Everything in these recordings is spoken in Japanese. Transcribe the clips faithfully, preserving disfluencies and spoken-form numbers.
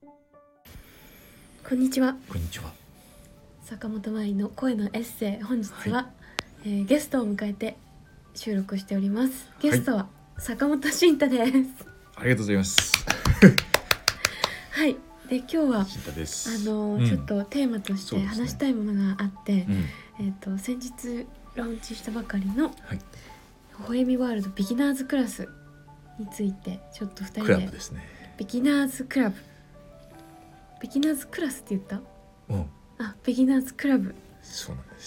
こんにちは。 こんにちは。 坂本舞の声のエッセイ、本日は、 はえーゲストを迎えて収録しております。ゲストは坂本慎太です。 ありがとうございます。 はい。で今日は慎太です。 あの、 うんちょっとテーマとして話したいものがあって、 うんえっ、と先日ローンチしたばかりのはい、 微笑みワールドビギナーズクラスについてちょっとふたりクラブでですね。 ビギナーズクラブビギナーズクラスって言った？ うん、 あ、ビギナーズクラブそうなんです。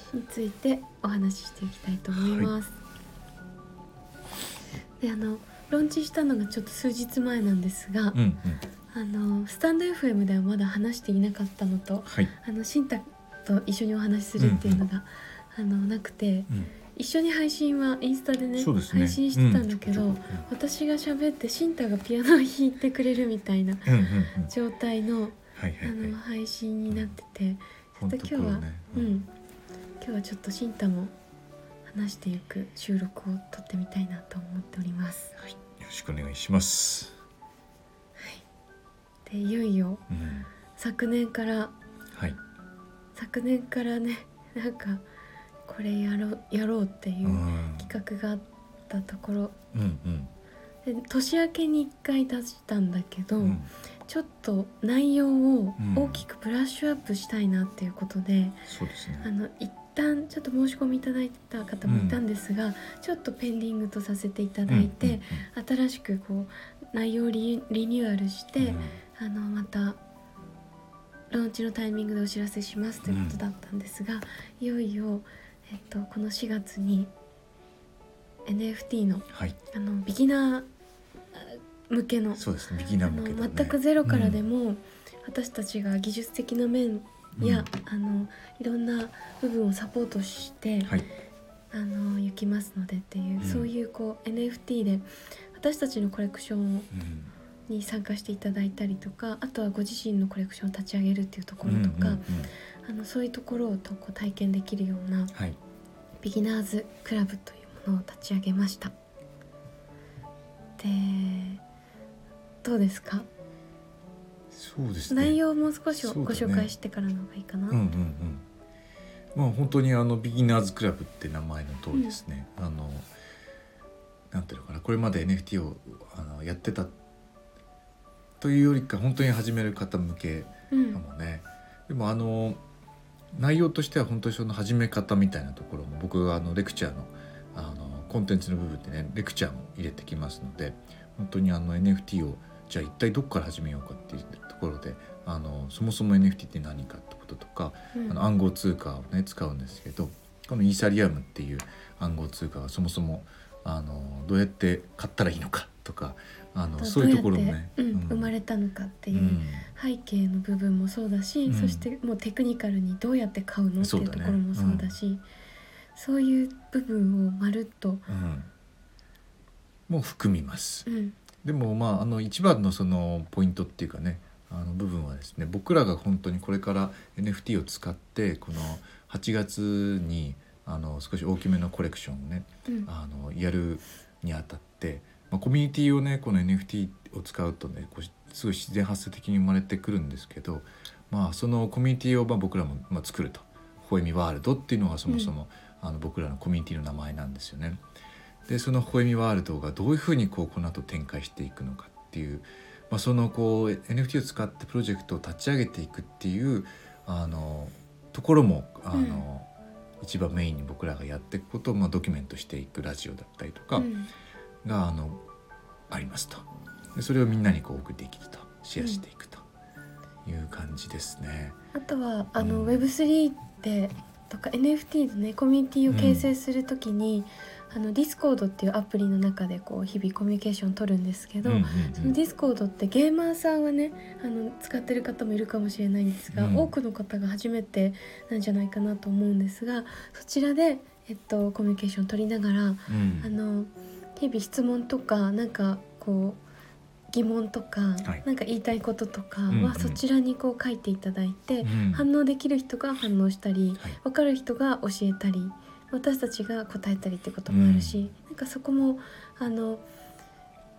についてお話ししていきたいと思います、はい、であのローンチしたのがちょっと数日前なんですが、 うんうん、 あのスタンド エフエム ではまだ話していなかったのと、 はい、 あのシンタと一緒にお話しするっていうのが、うんうん、あのなくて、 うん、 一緒に配信はインスタで ね, そうですね配信してたんだけど、 うん、 私が喋ってシンタがピアノを弾いてくれるみたいなうんうんうん、 状態の、 はいはいはい、 あの配信になってて、ちょっと今日は、 ね、 うん、今日はちょっとシンタも話していく収録を撮ってみたいなと思っております、 はい、よろしくお願いします。 はい、でいよいよ、 うん、 昨年からはい、 昨年からね、なんかこれやろうやろうっていう企画があったところ、 うんうんで年明けにいっかい出したんだけど、 うん、 ちょっと内容を大きくブラッシュアップしたいなっていうことで、うん、 そうですね、 あの一旦ちょっと申し込みいただいた方もいたんですが、うん、ちょっとペンディングとさせていただいて、うんうんうん、新しくこう内容を リ, リニューアルして、うん、あのまたローンチのタイミングでお知らせしますということだったんですが、うん、いよいよ、えっと、このしがつに エヌエフティー の、 はい、 あのビギナー向けの、 そうですね、ビギナー向けだね、 あの全くゼロからでも、うん、私たちが技術的な面や、うん、あのいろんな部分をサポートして、はい、あの行きますのでっていう、うん、そういうこう エヌエフティー で私たちのコレクションに参加していただいたりとか、あとはご自身のコレクションを立ち上げるっていうところとか、うんうんうん、あのそういうところをとこう体験できるような、はい、ビギナーズクラブというものを立ち上げました。でどうですか？ そうですね、 内容をもう少しご紹介してからの方がいいかな。 うんうんうん、まあ本当にあのビギナーズクラブって名前の通りですね、うん、あのなんていうのかな、これまで エヌエフティー をあのやってたというよりか本当に始める方向けかもね、うん、でもあの内容としては本当にその始め方みたいなところも僕があのレクチャーの、あのコンテンツの部分でねレクチャーも入れてきますので、本当にあの エヌエフティー をじゃあ一体どこから始めようかっていうところで、あのそもそも エヌエフティー って何かってこととか、うん、あの暗号通貨をね使うんですけど、このイーサリアムっていう暗号通貨がそもそもあのどうやって買ったらいいのかとか、あのそういうところもね、 うんうん、生まれたのかっていう背景の部分もそうだし、うん、そしてもうテクニカルにどうやって買うのっていうところもそうだし、そうだね、うん、そういう部分をまるっと、うん、 もう含みます、 うん、 でもまああの一番のそのポイントっていうかね、あの部分はですね、僕らが本当にこれから エヌエフティー を使ってこのはちがつにあの少し大きめのコレクションをね、うん、あのやるにあたって、まあ、コミュニティをねこの エヌエフティー を使うとねこうすごい自然発生的に生まれてくるんですけど、まあ、そのコミュニティをまあ僕らもまあ作ると、微笑みワールドっていうのがそもそも、うん、あの僕らのコミュニティの名前なんですよね。でその微笑みワールドがどういうふうにこうこの後展開していくのかっていう、まあ、そのこう エヌエフティー を使ってプロジェクトを立ち上げていくっていうあのところもあの、うん、一番メインに僕らがやっていくことを、まあ、ドキュメントしていくラジオだったりとかが、うん、あのありますと。でそれをみんなにこう送っていきとシェアしていくという感じですね、 うん、あとはあの、うん、ウェブスリー でとか エヌエフティー のねコミュニティを形成するときに、うん、あの Discord っていうアプリの中でこう日々コミュニケーションを取るんですけど、うんうんうん、その Discord ってゲーマーさんはねあの使ってる方もいるかもしれないんですが、うん、多くの方が初めてなんじゃないかなと思うんですが、そちらで、えっと、コミュニケーションを取りながら、うん、あの日々質問とかなんかこう疑問とか、はい、なんか言いたいこととかはそちらにこう書いていただいて、うんうん、反応できる人が反応したり、はい、分かる人が教えたり私たちが答えたりってこともあるし、うん、なんかそこもあの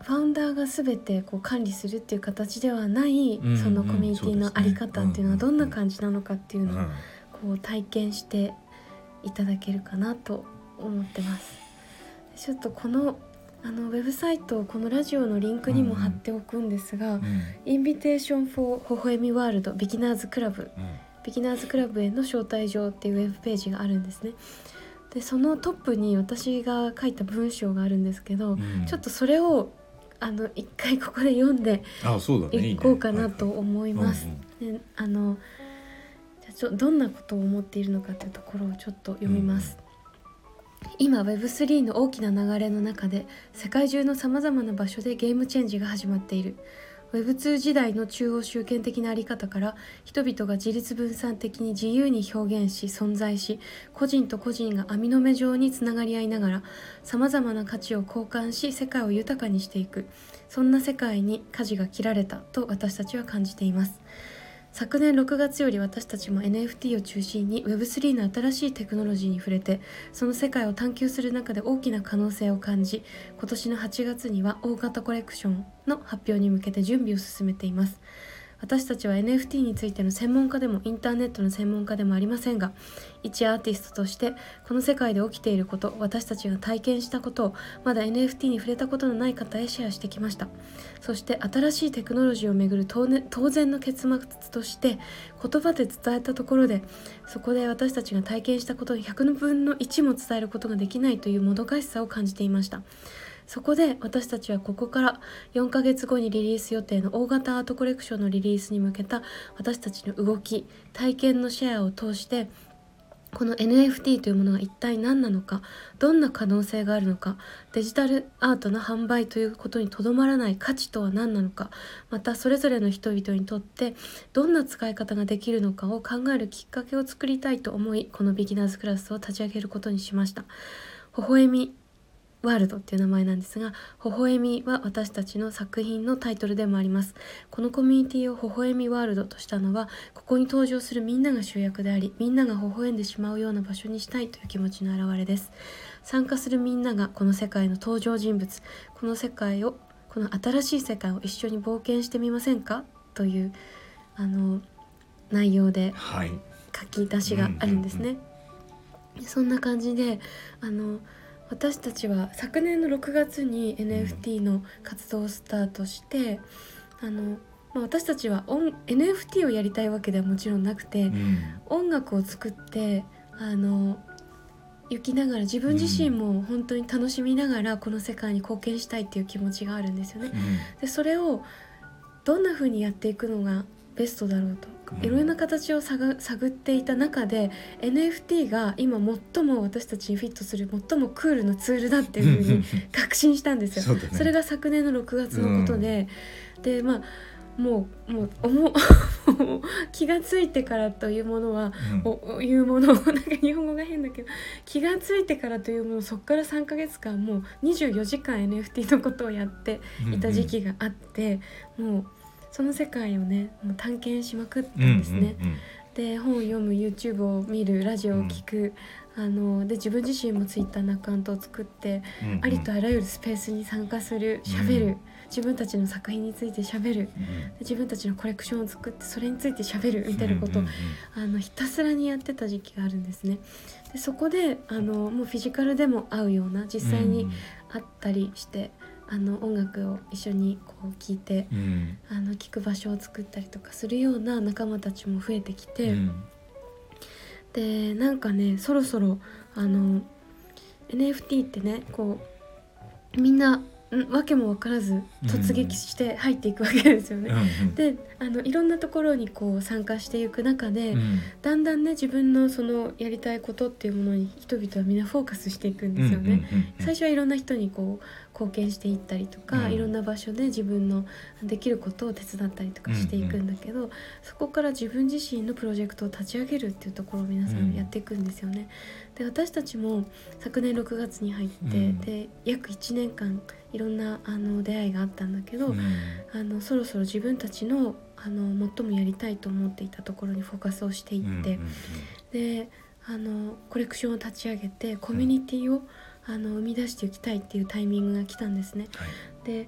ファウンダーが全てこう管理するっていう形ではない、うんうん、そのコミュニティの在り方っていうのはどんな感じなのかっていうのをこう体験していただけるかなと思ってます。ちょっとこのあのウェブサイト、このラジオのリンクにも貼っておくんですが、うんうん、インビテーションフォーほほえみワールドビギナーズクラブ、うん、ビギナーズクラブへの招待状っていうウェブページがあるんですね。でそのトップに私が書いた文章があるんですけど、うん、ちょっとそれをあの一回ここで読んでいこうかなと思います。あのじゃあちょどんなことを思っているのかというところをちょっと読みます。うん今 ウェブスリー の大きな流れの中で世界中のさまざまな場所でゲームチェンジが始まっている。 ウェブツー 時代の中央集権的なあり方から人々が自立分散的に自由に表現し存在し、個人と個人が網の目状につながり合いながらさまざまな価値を交換し世界を豊かにしていく、そんな世界に舵が切られたと私たちは感じています。昨年ろくがつより私たちも エヌエフティー を中心に ウェブスリー の新しいテクノロジーに触れて、その世界を探求する中で大きな可能性を感じ、今年のはちがつには大型コレクションの発表に向けて準備を進めています。私たちは エヌエフティー についての専門家でもインターネットの専門家でもありませんが、一アーティストとしてこの世界で起きていること、私たちが体験したことをまだ エヌエフティー に触れたことのない方へシェアしてきました。そして新しいテクノロジーをめぐる当然の結末として言葉で伝えたところで、そこで私たちが体験したことのひゃくぶんのいちも伝えることができないというもどかしさを感じていました。そこで私たちはここからよんかげつごにリリース予定の大型アートコレクションのリリースに向けた私たちの動き、体験のシェアを通して、この エヌエフティー というものが一体何なのか、どんな可能性があるのか、デジタルアートの販売ということにとどまらない価値とは何なのか、またそれぞれの人々にとってどんな使い方ができるのかを考えるきっかけを作りたいと思い、このビギナーズクラスを立ち上げることにしました。微笑みワールドっていう名前なんですが、微笑みは私たちの作品のタイトルでもあります。このコミュニティを微笑みワールドとしたのは、ここに登場するみんなが主役であり、みんなが微笑んでしまうような場所にしたいという気持ちの表れです。参加するみんながこの世界の登場人物、この世界をこの新しい世界を一緒に冒険してみませんかというあの内容で書き出しがあるんですね、はいうんうんうん、そんな感じであの私たちは昨年のろくがつに エヌエフティー の活動をスタートして、うん、あのまあ、私たちは音 エヌエフティー をやりたいわけではもちろんなくて、うん、音楽を作ってあの行きながら自分自身も本当に楽しみながらこの世界に貢献したいっていう気持ちがあるんですよね、うん、でそれをどんな風にやっていくのがベストだろうといろいろな形を探っていた中で エヌエフティー が今最も私たちにフィットする最もクールなツールだっていう風に確信したんですよ。 そ, ね、それが昨年のろくがつのことで、うん、でまあもうもう思気がついてからというものは、うん、いうものなんか日本語が変だけど気がついてからというものそこからさんかげつかんもうにじゅうよじかん エヌエフティー のことをやっていた時期があって、うんうん、もうその世界をねもう探検しまくったんですね、うんうんうん、で本を読む YouTube を見るラジオを聞く、うん、あので自分自身も Twitter のアカウントを作って、うんうん、ありとあらゆるスペースに参加する喋る、うん、自分たちの作品について喋る、うん、で自分たちのコレクションを作ってそれについて喋るみたいなことを、うんうんうん、あのひたすらにやってた時期があるんですね。でそこであのもうフィジカルでも会うような実際に会ったりして、あの音楽を一緒にこう聴いて、うん、あの聴く場所を作ったりとかするような仲間たちも増えてきて、うん、でなんかねそろそろあの エヌエフティー ってねこうみんなわけも分からず突撃して入っていくわけですよね、うんうん、であのいろんなところにこう参加していく中で、うん、だんだんね自分のそのやりたいことっていうものに人々はみんなフォーカスしていくんですよね、うんうんうんうん、最初はいろんな人にこう貢献していったりとか、うん、いろんな場所で自分のできることを手伝ったりとかしていくんだけど、うんうん、そこから自分自身のプロジェクトを立ち上げるっていうところを皆さんやっていくんですよね、うん、で私たちも昨年ろくがつに入って、うん、で約いちねんかんいろんなあの出会いがあったんだけど、うん、あのそろそろ自分たちの、あの最もやりたいと思っていたところにフォーカスをしていって、うんうんうん、であのコレクションを立ち上げてコミュニティを、うん、あの生み出していきたいっていうタイミングが来たんですね、はい、で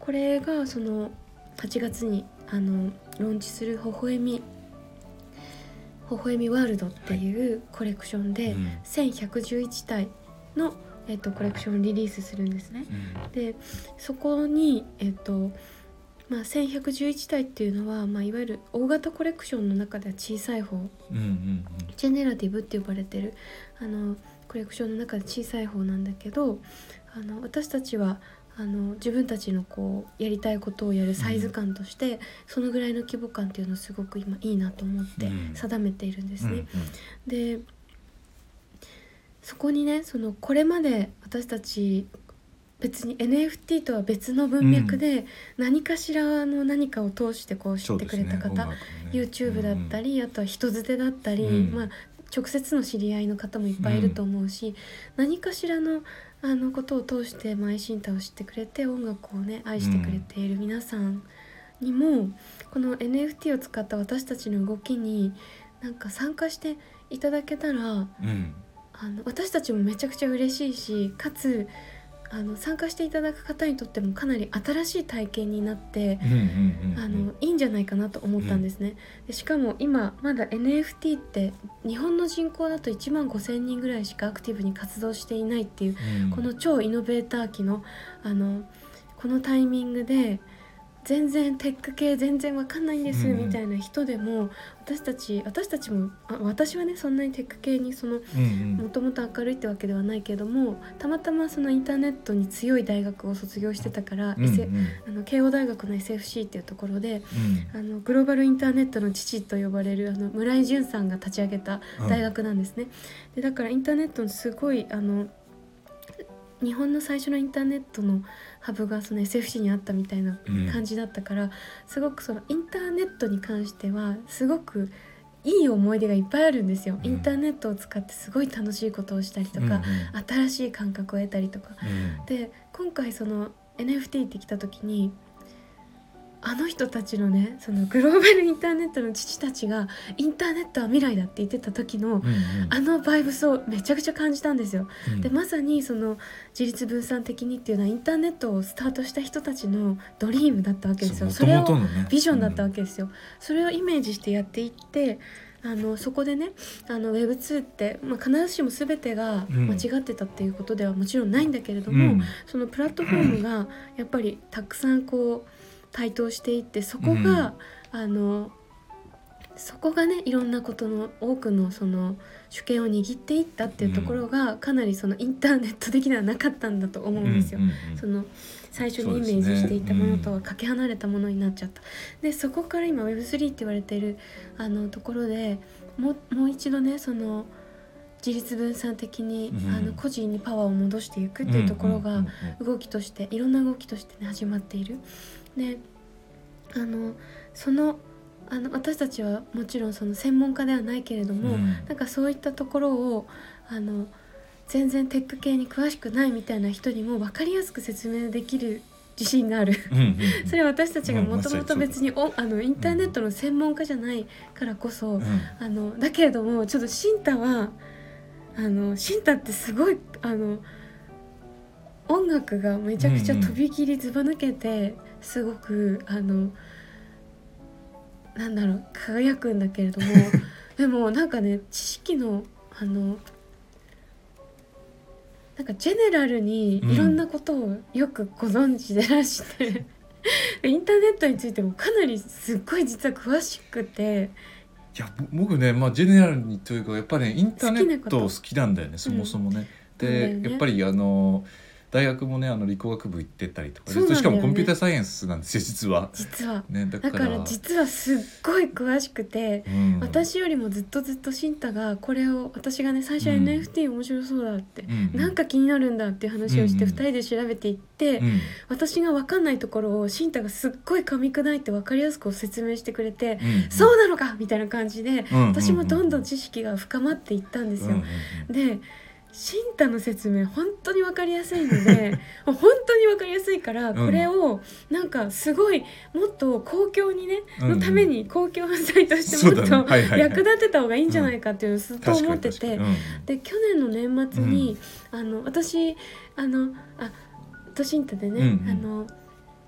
これがそのはちがつにあのローンチする微笑み微笑みワールドっていうコレクションで、はい、うん、せんひゃくじゅういちたいの、えっと、コレクションをリリースするんですね、うん、でそこに、えっとまあ、せんひゃくじゅういちたいっていうのは、まあ、いわゆる大型コレクションの中では小さい方、うんうんうん、ジェネラティブって呼ばれてるあのコレクションの中で小さい方なんだけど、あの私たちはあの自分たちのこうやりたいことをやるサイズ感として、うん、そのぐらいの規模感っていうのをすごく今いいなと思って定めているんですね、うんうん、でそこにね、そのこれまで私たち別に エヌエフティー とは別の文脈で何かしらの何かを通してこう知ってくれた方、ねね、YouTube だったり、うん、あとは人づてだったり、うん、まあ、直接の知り合いの方もいっぱいいると思うし、うん、何かしらのあのことを通してマイシンタを知ってくれて音楽をね愛してくれている皆さんにも、うん、この エヌエフティー を使った私たちの動きになんか参加していただけたら、うん、あの私たちもめちゃくちゃ嬉しいし、かつあの参加していただく方にとってもかなり新しい体験になって、うんうんうんうん、あのいいんじゃないかなと思ったんですね、うん、でしかも今まだ エヌエフティー って日本の人口だといちまんごせんにんぐらいしかアクティブに活動していないっていう、うん、この超イノベーター期の、あのこのタイミングで全然テック系全然わかんないんですみたいな人でも、私たち私たちもあ私はねそんなにテック系にそのもともと明るいってわけではないけども、たまたまそのインターネットに強い大学を卒業してたから、うんうん、あの慶応大学の エスエフシー っていうところで、うん、あのグローバルインターネットの父と呼ばれるあの村井淳さんが立ち上げた大学なんですね、うん、でだからインターネットのすごいあの日本の最初のインターネットのハブがその エスエフシー にあったみたいな感じだったから、うん、すごくそのインターネットに関してはすごくいい思い出がいっぱいあるんですよ、うん、インターネットを使ってすごい楽しいことをしたりとか、うんうん、新しい感覚を得たりとか、うん、で今回その エヌエフティー って来た時にあの人たちのねそのグローバルインターネットの父たちがインターネットは未来だって言ってた時の、うんうん、あのバイブスをめちゃくちゃ感じたんですよ、うん、でまさにその自立分散的にっていうのはインターネットをスタートした人たちのドリームだったわけですよ。 そ, それをビジョンだったわけですよ、うん、それをイメージしてやっていってあのそこでねあの ウェブツー って、まあ、必ずしも全てが間違ってたっていうことではもちろんないんだけれども、うん、そのプラットフォームがやっぱりたくさんこう台頭していって、そこが、うん、あのそこがねいろんなことの多くのその主権を握っていったっていうところが、うん、かなりそのインターネット的ではなかったんだと思うんですよ、うんうんうん、その最初にイメージしていたものとはかけ離れたものになっちゃった、でそこから今 ウェブスリー って言われているあのところでもう、もう一度ねその自立分散的に、うん、あの個人にパワーを戻していくっていうところが動きとして、いろんな動きとして、ね、始まっている。であのそのあの私たちはもちろんその専門家ではないけれども、うん、なんかそういったところをあの全然テック系に詳しくないみたいな人にも分かりやすく説明できる自信がある、うんうんうん、それは私たちがもともと別に、うん、あのインターネットの専門家じゃないからこそ、うん、あのだけれどもちょっとシンタはあのシンタってすごいあの音楽がめちゃくちゃとびきりずば抜けて、うんうん、すごくあのなんだろう輝くんだけれどもでもなんかね知識のあのなんかジェネラルにいろんなことをよくご存知でらして、うん、インターネットについてもかなりすっごい実は詳しくて、 いや僕ね、まあ、ジェネラルにというかやっぱり、ね、インターネット好きなんだよねそもそもね、うん、で、ね、やっぱりあの大学もねあの理工学部行ってたりとか、ね、しかもコンピューターサイエンスなんですよ実は実は、 ね、だから、 だから実はすっごい詳しくて、うん、私よりもずっとずっとシンタがこれを私がね最初 エヌエフティー 面白そうだって、うん、なんか気になるんだっていう話をしてふたりで調べていって、うん、私が分かんないところをシンタがすっごい噛み砕いて分かりやすく説明してくれて、うん、そうなのかみたいな感じで、うん、私もどんどん知識が深まっていったんですよ、うん、でシンタの説明本当に分かりやすいので本当に分かりやすいからこれをなんかすごいもっと公共にね、うん、のために公共犯罪としてもっと、ねはいはいはい、役立てた方がいいんじゃないかっていうのをずっと思ってて、うん、で去年の年末に、うん、あの私あのあとシンタでね、うんうん、あの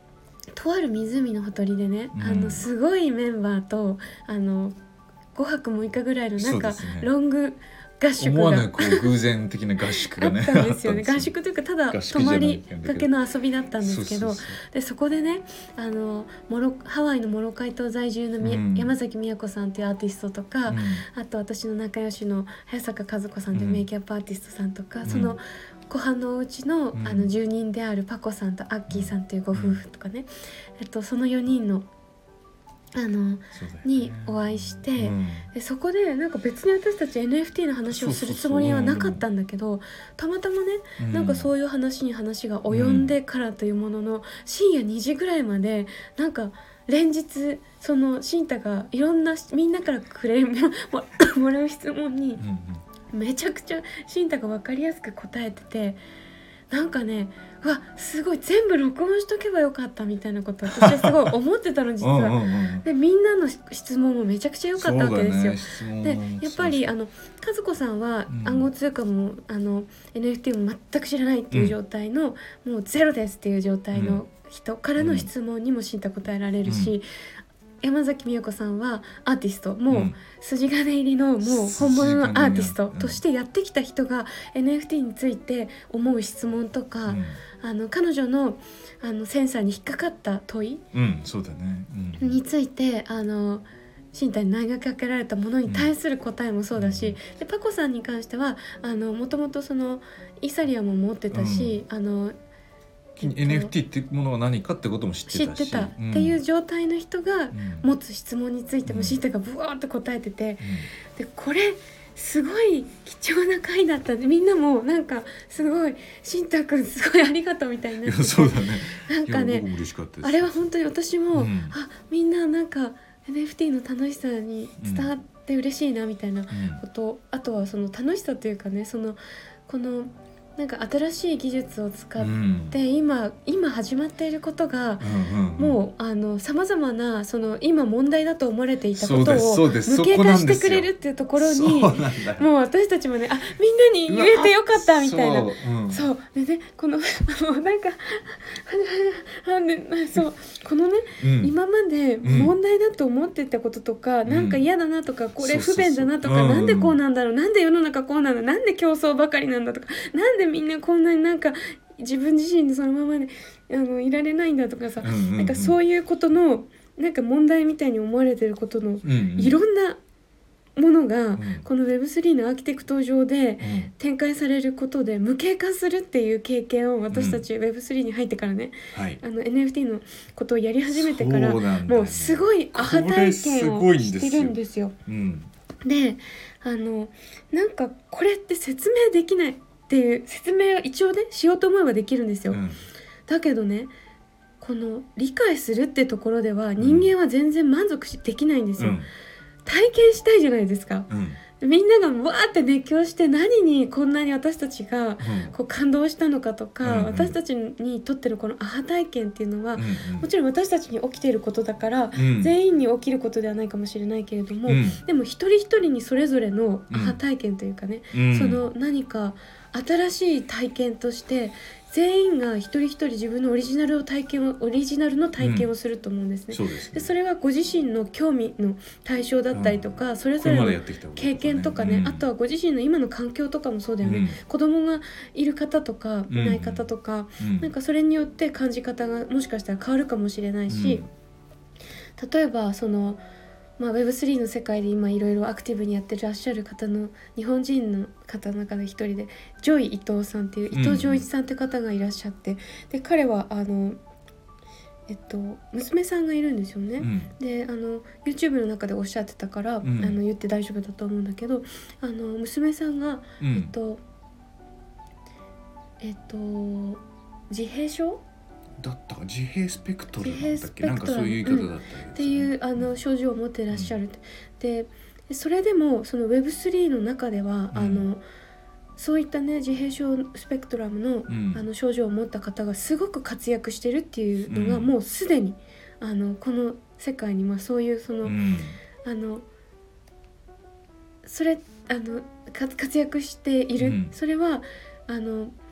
とある湖のほとりでね、 うん、 あのすごいメンバーとあのごはくもいかぐらいのなんか、ね、ロング合宿が思わぬこう偶然的な合宿がねあったんですよね合宿というかただ泊まりがけの遊びだったんですけど、そうそうそう、でそこでねあのモロハワイのモロカイ島在住の、うん、山崎美也子さんというアーティストとか、うん、あと私の仲良しの早坂和子さんというメイキャップアーティストさんとか、うん、その湖畔のお家の、うん、あの住人であるパコさんとアッキーさんというご夫婦とかね、えっと、そのよにんのあの、ね、にお会いして、うん、でそこでなんか別に私たち エヌエフティー の話をするつもりはなかったんだけど、たまたまね、うん、なんかそういう話に話が及んでからというものの、うん、深夜にじぐらいまでなんか連日そのシンタがいろんなみんなからくれるもらう質問にめちゃくちゃシンタが分かりやすく答えてて、なんかね、うわすごい全部録音しとけばよかったみたいなこと私はすごい思ってたの実はうんうん、うん、でみんなの質問もめちゃくちゃ良かったわけですよ、ね、でやっぱりあの和子さんは暗号通貨も、うん、あの エヌエフティー も全く知らないっていう状態の、うん、もうゼロですっていう状態の人からの質問にもしんた答えられるし、うん、山崎美代子さんはアーティストもう筋金入りのもう本物のアーティストとしてやってきた人が エヌエフティー について思う質問とか、うん、あの彼女 の, あのセンサーに引っかかった問い、 うんそうだねうん、 についてあの身体に投げかけられたものに対する答えもそうだし、うん、でパコさんに関してはもともとそのイーサリアムも持ってたし、うん、あのエヌエフティー ってものは何かってことも知ってたし、 知ってたっていう状態の人が持つ質問についてもシータがブワーッと答えてて、うん、でこれすごい貴重な回だったんでみんなもなんかすごいシンタくんすごいありがとうみたいになってて、 そうだね、 なんかね嬉しかったです。 あれは本当に私も、うん、あみんななんか エヌエフティー の楽しさに伝わって嬉しいなみたいなこと、うん、あとはその楽しさというかねそのこのなんか新しい技術を使って今、うん、今始まっていることが、うんうんうん、もうあの様々なその今問題だと思われていたことを無形化してくれるっていうところにもう私たちもねあみんなに言えてよかったみたいなそう、うん、そうでねこのもうなんかそうこのね、うん、今まで問題だと思ってたこととか、うん、なんか嫌だなとかこれ不便だなとか、うん、なんでこうなんだろうなんで世の中こうなんだなんで競争ばかりなんだとかなんでみんなこんなになんか自分自身でそのままであのいられないんだとかさ、うんうんうん、なんかそういうことのなんか問題みたいに思われてることの、うんうん、いろんなものが、うん、この ウェブスリー のアーキテクト上で展開されることで無形化するっていう経験を私たち ウェブスリー に入ってからね、うんはい、あの エヌエフティー のことをやり始めてから、ね、もうすごいアハ体験をしてるんですよ。うん、であのなんかこれって説明できないっていう説明を一応ねしようと思えばできるんですよ、うん、だけどねこの理解するってところでは人間は全然満足できないんですよ、うん、体験したいじゃないですか、うん、みんながわーって熱狂して何にこんなに私たちがこう感動したのかとか、うんうん、私たちにとってのこのアハ体験っていうのは、うんうん、もちろん私たちに起きていることだから、うん、全員に起きることではないかもしれないけれども、うん、でも一人一人にそれぞれのアハ体験というかね、うん、その何か新しい体験として全員が一人一人自分のオリジナルを体験をオリジナルの体験をすると思うんですね、うん、そうですね。でそれはご自身の興味の対象だったりとか、うん、それぞれの経験とかね、うん、あとはご自身の今の環境とかもそうだよね、うん、子供がいる方とかいない方とか、うん、なんかそれによって感じ方がもしかしたら変わるかもしれないし、うん、例えばそのまあ、ウェブスリー の世界で今いろいろアクティブにやってらっしゃる方の日本人の方の中で一人でジョイ伊藤さんっていう伊藤浄一さんって方がいらっしゃって、うん、で彼はあの、えっと、娘さんがいるんですよね、うん、であの YouTube の中でおっしゃってたから、うん、あの言って大丈夫だと思うんだけどあの娘さんが、うん、えっとえっと自閉症だったか自閉スペクトルなんだっけなんかそういう言い方だったり、 うん、っていうあの症状を持ってらっしゃる、うん、でそれでもその ウェブスリー の中では、うん、あのそういったね自閉症スペクトラム の,、うん、あの症状を持った方がすごく活躍してるっていうのが、うん、もうすでにあのこの世界にはそういうその、うん、あのそれあの活躍している、うん、それはあの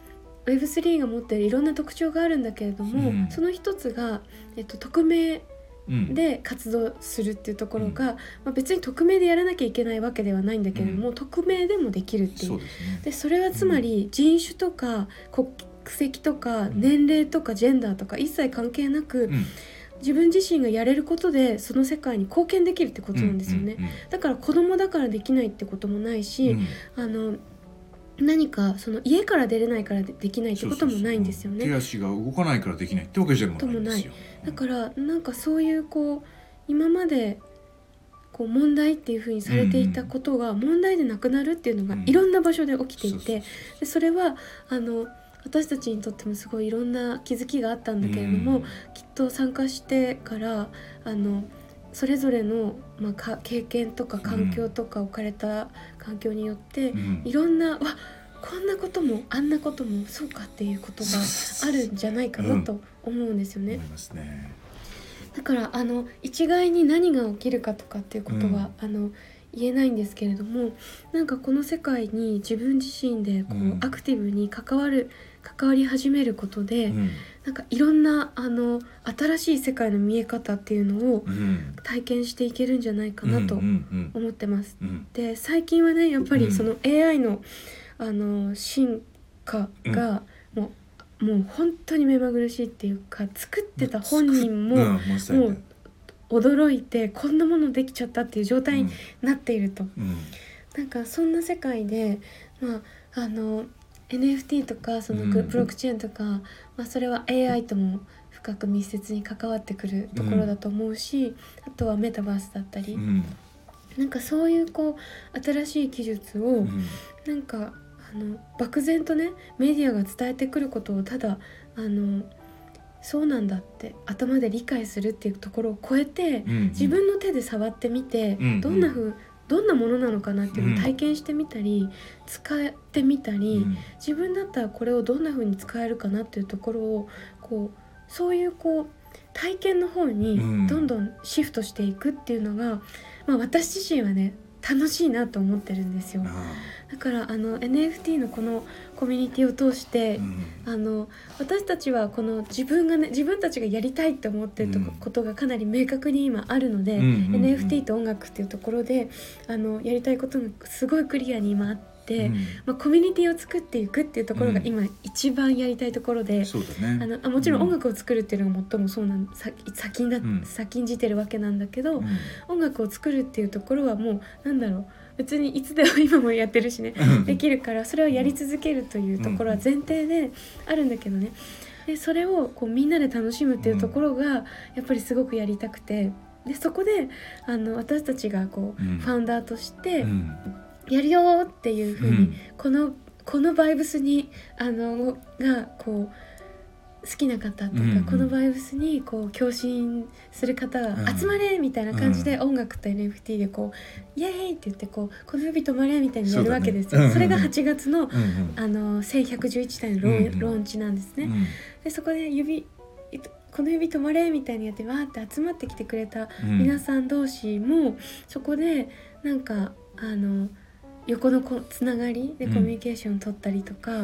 ウェブスリー が持っているいろんな特徴があるんだけれども、うん、その一つが、えっと、匿名で活動するっていうところが、うんまあ、別に匿名でやらなきゃいけないわけではないんだけれども、うん、匿名でもできるっていう、そうですね、でそれはつまり人種とか国籍とか年齢とかジェンダーとか一切関係なく、うん、自分自身がやれることでその世界に貢献できるってことなんですよね、うんうんうん、だから子供だからできないってこともないし、うん、あの何かその家から出れないからできないってこともないんですよね。 そうそうそう、手足が動かないからできないってわけじゃないんですよ。 だからなんかそういうこう今までこう問題っていう風にされていたことが問題でなくなるっていうのがいろんな場所で起きていて、でそれはあの私たちにとってもすごいいろんな気づきがあったんだけれども、きっと参加してからあのそれぞれの、まあ、か経験とか環境とか置かれた環境によって、うん、いろんなわこんなこともあんなこともそうかっていうことがあるんじゃないかなと思うんですよね。 うん、思いますね。 だからあの一概に何が起きるかとかっていうことは、うん、あの言えないんですけれども、なんかこの世界に自分自身でこう、うん、アクティブに関わる関わり始めることで、うん、なんかいろんなあの新しい世界の見え方っていうのを体験していけるんじゃないかなと思ってます、うんうんうん、で最近はねやっぱりその エーアイ の、あの進化がもう、もう本当に目まぐるしいっていうか、作ってた本人も、うん、もう驚いてこんなものできちゃったっていう状態になっていると、うん、なんかそんな世界で、まあ、あの エヌエフティー とかそのブロックチェーンとか、うんまあ、それは エーアイ とも深く密接に関わってくるところだと思うし、うん、あとはメタバースだったり、うん、なんかそういうこう新しい技術を、うん、なんかあの漠然とねメディアが伝えてくることをただあのそうなんだって頭で理解するっていうところを超えて、うんうん、自分の手で触ってみて、うんうん、どんな風どんなものなのかなっていうのを体験してみたり、うん、使ってみたり、うん、自分だったらこれをどんな風に使えるかなっていうところをこうそういうこう体験の方にどんどんシフトしていくっていうのが、まあ、私自身はね楽しいなと思ってるんですよ。だからあの エヌエフティー のこのコミュニティを通して、うん、あの私たちはこの自分がね自分たちがやりたいって思ってることがかなり明確に今あるので、うん、エヌエフティー と音楽っていうところであのやりたいことがすごいクリアに今あって、うんまあ、コミュニティを作っていくっていうところが今一番やりたいところで、うんそうだね、あのあもちろん音楽を作るっていうのが最もそうなんさ先んだ、うん、先んじてるわけなんだけど、うん、音楽を作るっていうところはもうなんだろう別にいつでも今もやってるしねできるからそれをやり続けるというところは前提であるんだけどね、でそれをこうみんなで楽しむっていうところがやっぱりすごくやりたくて、でそこであの私たちがこう、うん、ファウンダーとしてやるよっていう風に、うん、このこのバイブスにあのがこう好きな方とか、うんうん、このバイブスにこう共振する方が集まれみたいな感じで、うん、音楽と エヌエフティー でこうイエーイって言ってこうこの指止まれみたいにやるわけですよ。 そ,、ねうんうん、それがはちがつの、うんうん、あのせんひゃくじゅういちたいのロ ー,、うんうん、ローンチなんですね、うん、でそこで指この指止まれみたいにやってわーって集まってきてくれた皆さん同士も、うん、そこでなんかあの横のこつながりでコミュニケーション取ったりとか、うん、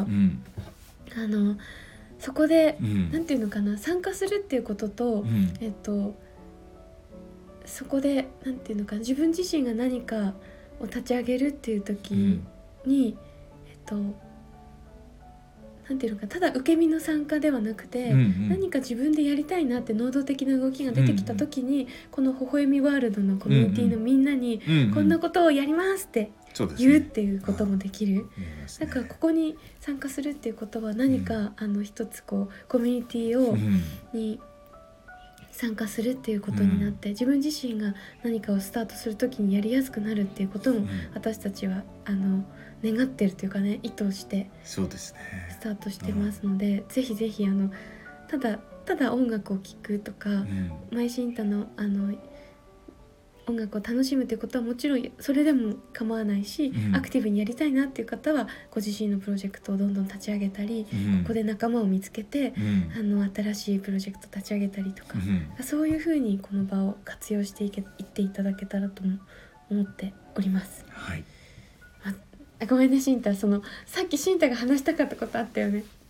あのそこで、うん、なんていうのかな参加するっていうことと、うん、えっとそこでなんていうのか自分自身が何かを立ち上げるっていう時に、うん、えっとなんていうのかただ受け身の参加ではなくて、うんうん、何か自分でやりたいなって能動的な動きが出てきた時に、うんうん、この微笑みワールドのコミュニティのみんなに、うんうん、こんなことをやりますって言うっていうこともできる、だからここに参加するっていうことは何か、うん、あの一つこうコミュニティを、うん、に参加するっていうことになって、うん、自分自身が何かをスタートするときにやりやすくなるっていうことも、うん、私たちはあの願ってるというかね意図してそうですねスタートしてますので、うん、ぜひぜひあのただただ音楽を聴くとか、うん、マイシンタのあの音楽を楽しむということはもちろんそれでも構わないし、うん、アクティブにやりたいなっていう方はご自身のプロジェクトをどんどん立ち上げたり、うん、ここで仲間を見つけて、うん、あの新しいプロジェクト立ち上げたりとか、うん、そういうふうにこの場を活用していけいっていただけたらと思っております、 はい。 あ、ごめんねシンタ、そのさっきシンタが話したかったことあったよね。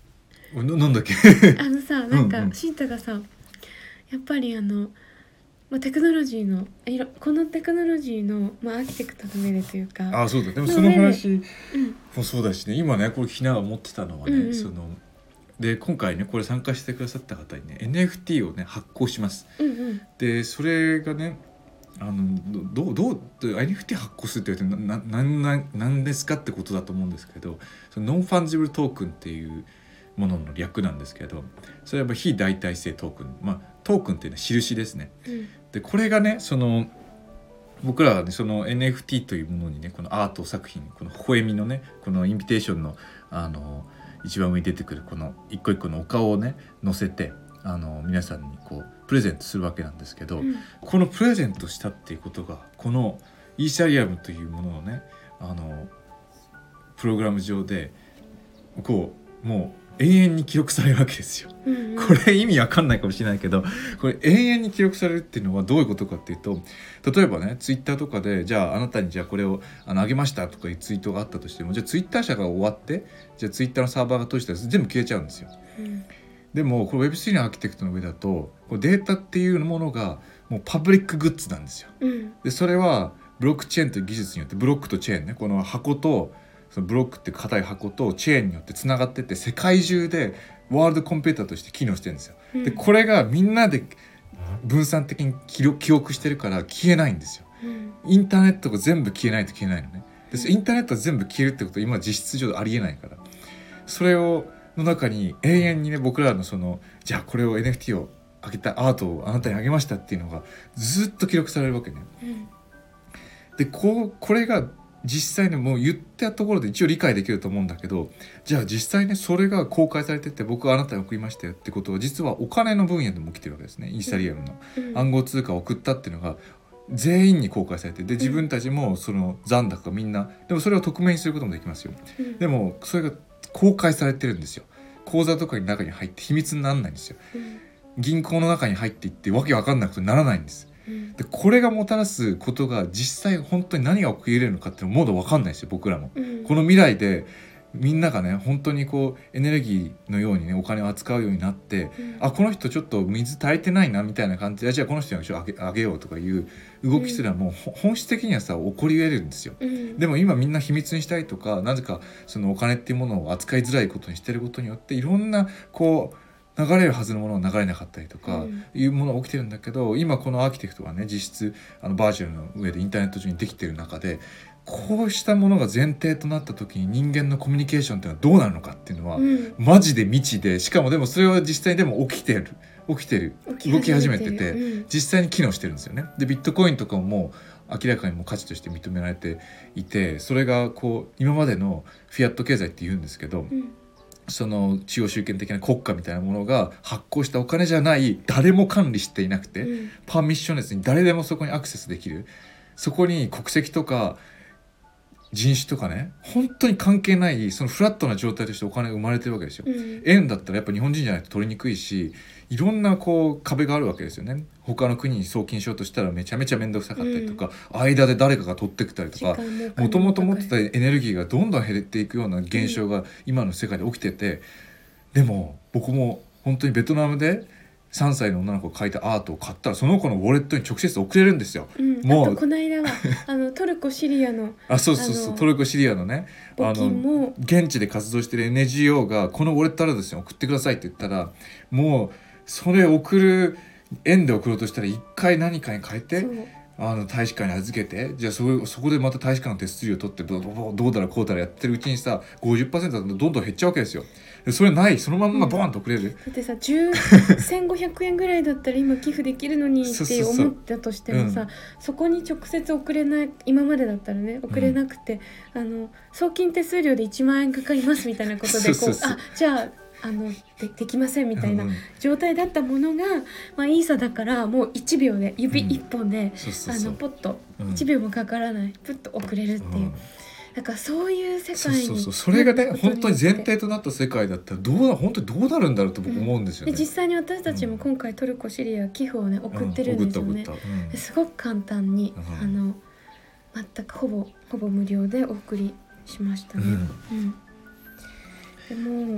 な, なんだっけあのさなんかシンタがさやっぱりあの、まあ、テクノロジーのこのテクノロジーの、まあ、アーキテクトの上でというかあそうだでもその話もそうだしね、今ねこれひなが持ってたのはね、うんうん、そので今回ねこれ参加してくださった方にね エヌエフティー をね発行します、 うんうん、 でそれがねあのどうどう エヌエフティー 発行するって言われてななななんですかってことだと思うんですけど、そのノンファンジブルトークンっていうものの略なんですけど、それは非代替性トークン、まあ、トークンっていうのは印ですね、 うん、 でこれがねその僕らはねその エヌエフティー というものにねこのアート作品この微笑みのねこのインビテーションのあの一番上に出てくるこの一個一個のお顔をね載せてあの皆さんにこうプレゼントするわけなんですけど、うん、このプレゼントしたっていうことがこのイーサリアムというものをねあのプログラム上でこうもう永遠に記録されるわけですよ、うんうん、これ意味わかんないかもしれないけどこれ永遠に記録されるっていうのはどういうことかっていうと、例えばねツイッターとかでじゃああなたにじゃあこれをあの上げましたとかいうツイートがあったとしても、じゃあツイッター社が終わってじゃあツイッターのサーバーが閉じたら全部消えちゃうんですよ、うん、でもこれ ウェブスリー のアーキテクトの上だとこれデータっていうものがもうパブリックグッズなんですよ、うん、でそれはブロックチェーンという技術によってブロックとチェーンねこの箱とそのブロックって硬い箱とチェーンによってつながってって世界中でワールドコンピューターとして機能してるんですよ、うん、でこれがみんなで分散的に記憶してるから消えないんですよ、うん、インターネットが全部消えないと消えないのね。でインターネットが全部消えるってことは今実質上ありえないから、それをの中に永遠にね僕らのそのじゃあこれを エヌエフティー をあげたアートをあなたにあげましたっていうのがずっと記録されるわけね、うん、でこうこれが実際ねもう言ったところで一応理解できると思うんだけど、じゃあ実際ねそれが公開されてて僕はあなたに送りましたよってことは実はお金の分野でも起きてるわけですね。イーサリアムの暗号通貨を送ったっていうのが全員に公開されて、で自分たちもその残高がみんなでもそれを匿名にすることもできますよ、うん、でもそれが公開されてるんですよ。口座とかの中に入って秘密にならないんですよ、うん、銀行の中に入っていってわけわかんなくならないんです。でこれがもたらすことが実際本当に何が起きるのかっていうのもまだ分かんないですよ僕らも、うん、この未来でみんながね本当にこうエネルギーのようにねお金を扱うようになって、うん、あこの人ちょっと水足りてないなみたいな感じでじゃあこの人にあげ、あげようとかいう動きすらもう本質的にはさ起こり得るんですよ、うん、でも今みんな秘密にしたいとかなぜかそのお金っていうものを扱いづらいことにしてることによっていろんなこう流れるはずのものが流れなかったりとかいうものが起きてるんだけど、今このアーキテクトがね実質あのバーチャルの上でインターネット上にできている中でこうしたものが前提となった時に人間のコミュニケーションっていうのはどうなるのかっていうのは、うん、マジで未知で、しかもでもそれは実際にでも起きてる起きてる動き始めてて、うん、実際に機能してるんですよね。でビットコインとかももう明らかにもう価値として認められていて、それがこう今までのフィアット経済って言うんですけど、うんその中央集権的な国家みたいなものが発行したお金じゃない誰も管理していなくて、うん、パーミッションレスに誰でもそこにアクセスできる、そこに国籍とか人種とかね本当に関係ないそのフラットな状態としてお金が生まれてるわけですよ、うん、円だったらやっぱ日本人じゃないと取りにくいしいろんなこう壁があるわけですよね。他の国に送金しようとしたらめちゃめちゃ面倒くさかったりとか、うん、間で誰かが取ってきたりとかもともと持ってたエネルギーがどんどん減っていくような現象が今の世界で起きてて、うん、でも僕も本当にベトナムでさんさいの女の子が描いたアートを買ったらその子のウォレットに直接送れるんですよ、 うん、もうあとこの間はあのトルコシリアのあそうそうそうトルコシリアのねあの現地で活動してる エヌジーオー がこのウォレットあるんですよ送ってくださいって言ったらもうそれ送る円で送ろうとしたら一回何かに変えてあの大使館に預けてじゃあ そ, そこでまた大使館の手数料取ってどうどうだらこうだらやってるうちにさ ごじゅっパーセント だとどんどん減っちゃうわけですよ。それないそのまんまボーンと送れる、うん、だってさせんごひゃくえんぐらいだったら今寄付できるのにって思ったとしてもさ そ, うそうそう、うん、そこに直接送れない今までだったらね送れなくて、うん、あの送金手数料でいちまんえんかかりますみたいなことでこうそうそうそうあじゃああの で, できませんみたいな状態だったものが、まあ、イーサだからもういちびょうで指いっぽんで、うん、あのポッといちびょうもかからないプッと送れるっていう、うん、だからそういう世界にそうそうそうそれがね本当に前提となった世界だったらどう本当にどうなるんだろうと僕思うんですよね、 うん、で実際に私たちも今回トルコシリア寄付をね送ってるんですよね、うん、すごく簡単に、うん、あの全くほぼほぼ無料でお送りしましたね、うんうん、でも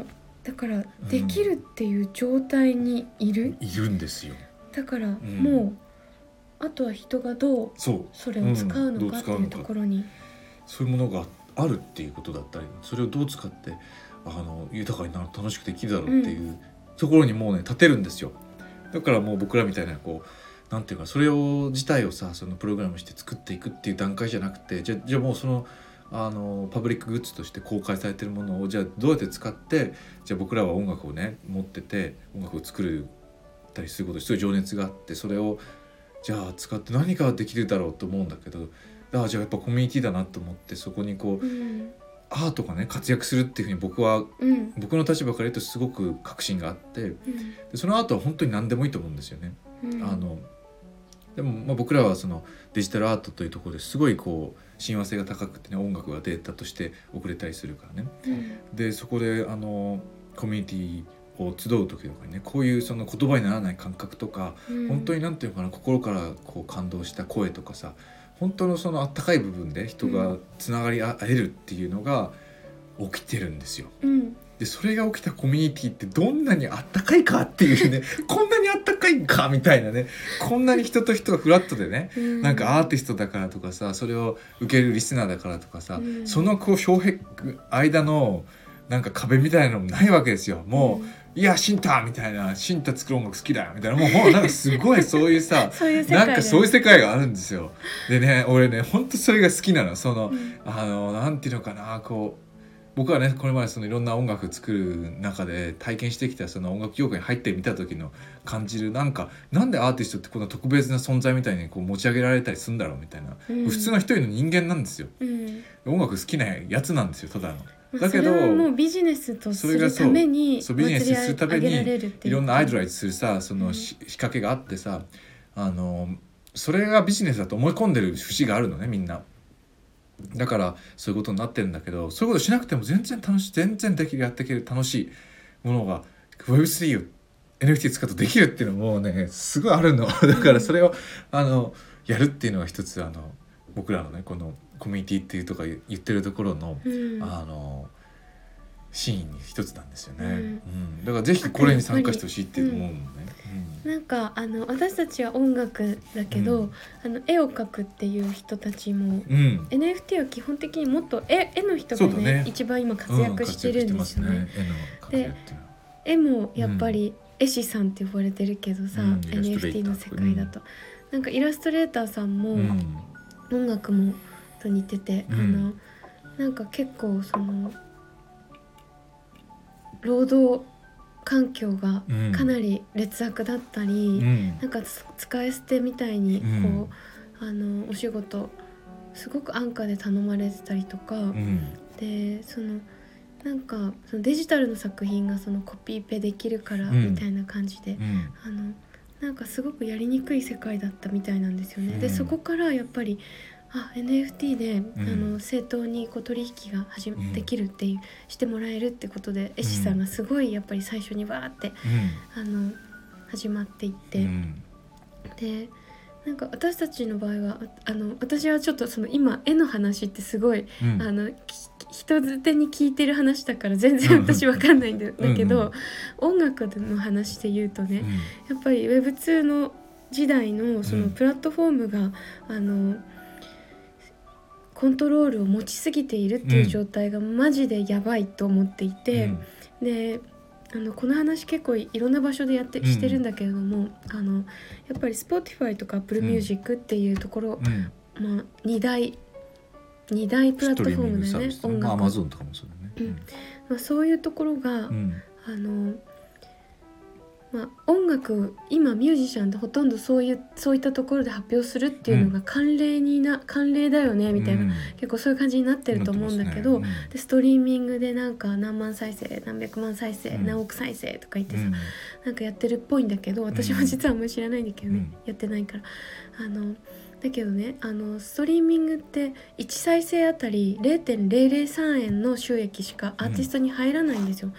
だからできるっていう状態にいる、 うん、いるんですよ。 だからもう、うん、あとは人がどうそれを使うのかっていうところに、うん、 そういうものがあるっていうことだったり、それをどう使ってあの豊かになる楽しくできるだろうっていうところにもうね立てるんですよ。だからもう僕らみたいなこうなんていうか、それを自体をさそのプログラムして作っていくっていう段階じゃなくて、じゃじゃあもうそのあのパブリックグッズとして公開されてるものをじゃあどうやって使って、じゃあ僕らは音楽をね持ってて音楽を作るたりすることにすごい情熱があって、それをじゃあ使って何ができるだろうと思うんだけど、ああじゃあやっぱコミュニティだなと思って、そこにこう、うん、アートがね活躍するっていうふうに僕は、うん、僕の立場から言うとすごく確信があって、うん、でそのアートは本当に何でもいいと思うんですよね。うん、あのでもまあ僕らはそのデジタルアートというところですごいこう親和性が高くてね、音楽がデータとして送れたりするからね、うん、でそこであのコミュニティを集う時とかにね、こういうその言葉にならない感覚とか、うん、本当になんていうのかな、心からこう感動した声とかさ、本当のそのあったかい部分で人がつながり合えるっていうのが起きてるんですよ、うん、でそれが起きたコミュニティってどんなにあったかいかっていうねこんなにあったかいかみたいなね、こんなに人と人がフラットでね、うん、なんかアーティストだからとかさ、それを受けるリスナーだからとかさ、うん、そのこう障壁間のなんか壁みたいなのもないわけですよ。もう、うん、いやシンタみたいな、シンタ作る音楽好きだよみたいな、もうもうなんかすごいそういうさそういうなんかそういう世界があるんですよ。でね、俺ね本当それが好きなの。その、うん、あのなんていうのかな、こう僕はねこれまでそのいろんな音楽作る中で体験してきたその音楽業界に入ってみた時の感じる、なんかなんでアーティストってこんな特別な存在みたいにこう持ち上げられたりするんだろうみたいな、うん、普通の一人の人間なんですよ、うん、音楽好きなやつなんですよ、ただの。だけどそれはもうビジネスとするためにそうビジネスするためにいろんなアイドライズするさその仕掛けがあってさ、あのそれがビジネスだと思い込んでる節があるのね、みんな。だからそういうことになってるんだけど、そういうことしなくても全然楽しい、全然できる、やっていける楽しいものが ウェブスリー を エヌエフティー 使うとできるっていうのもねすごいあるのだからそれをあのやるっていうのが一つあの僕らのねこのコミュニティっていうとか言ってるところの、うん、あのシーンに一つなんですよね、うんうん、だからぜひこれに参加してほしいっていう思うもんね、 うん、なんかあの私たちは音楽だけど、うん、あの絵を描くっていう人たちも、うん、エヌエフティー は基本的にもっと 絵, 絵の人が ね, ね一番今活躍してるんですよね、うん、で絵もやっぱり絵師さんって呼ばれてるけどさ、うん、エヌエフティー の世界だと、うん、なんかイラストレーターさんも、うん、音楽もと似てて、うん、あのなんか結構その労働環境がかなり劣悪だったり、うん、なんか使い捨てみたいにこう、うん、あのお仕事すごく安価で頼まれてたりとか、うん、でそのなんかそのデジタルの作品がそのコピーペできるからみたいな感じで、うん、あのなんかすごくやりにくい世界だったみたいなんですよね、うん、でそこからやっぱりあ エヌエフティー で、うん、あの正当にこう取引が始め、うん、できるっていうしてもらえるってことで、絵師さんがすごいやっぱり最初にバーって、うん、あの始まっていって、うん、でなんか私たちの場合はあの私はちょっとその今絵の話ってすごい、うん、あの人づてに聞いてる話だから全然私わかんないんだだけど、うんうん、音楽の話で言うとね、うん、やっぱり ウェブツー の時代のそのプラットフォームが、うん、あのコントロールを持ちすぎているっていう状態がマジでやばいと思っていて、うん、であのこの話結構いろんな場所でやってしてるんだけれども、うん、あのやっぱり Spotify とか Apple Music っていうところ、うんまあ、に大に大プラットフォームだよね、音楽、 まあ、Amazon とかもそうだね、 うんまあ、そういうところが、うん、あのまあ、音楽今ミュージシャンってほとんどそういうそういったところで発表するっていうのが慣例にな、うん、慣例だよねみたいな、うん、結構そういう感じになってると思うんだけど、ねうん、でストリーミングでなんか何万再生何百万再生、うん、何億再生とか言ってさ、うん、なんかやってるっぽいんだけど、私も実はあんまり知らないんだけどね、うん、やってないからあのだけどね、あのストリーミングっていち再生あたり ゼロてんゼロゼロさんえんの収益しかアーティストに入らないんですよ、うん、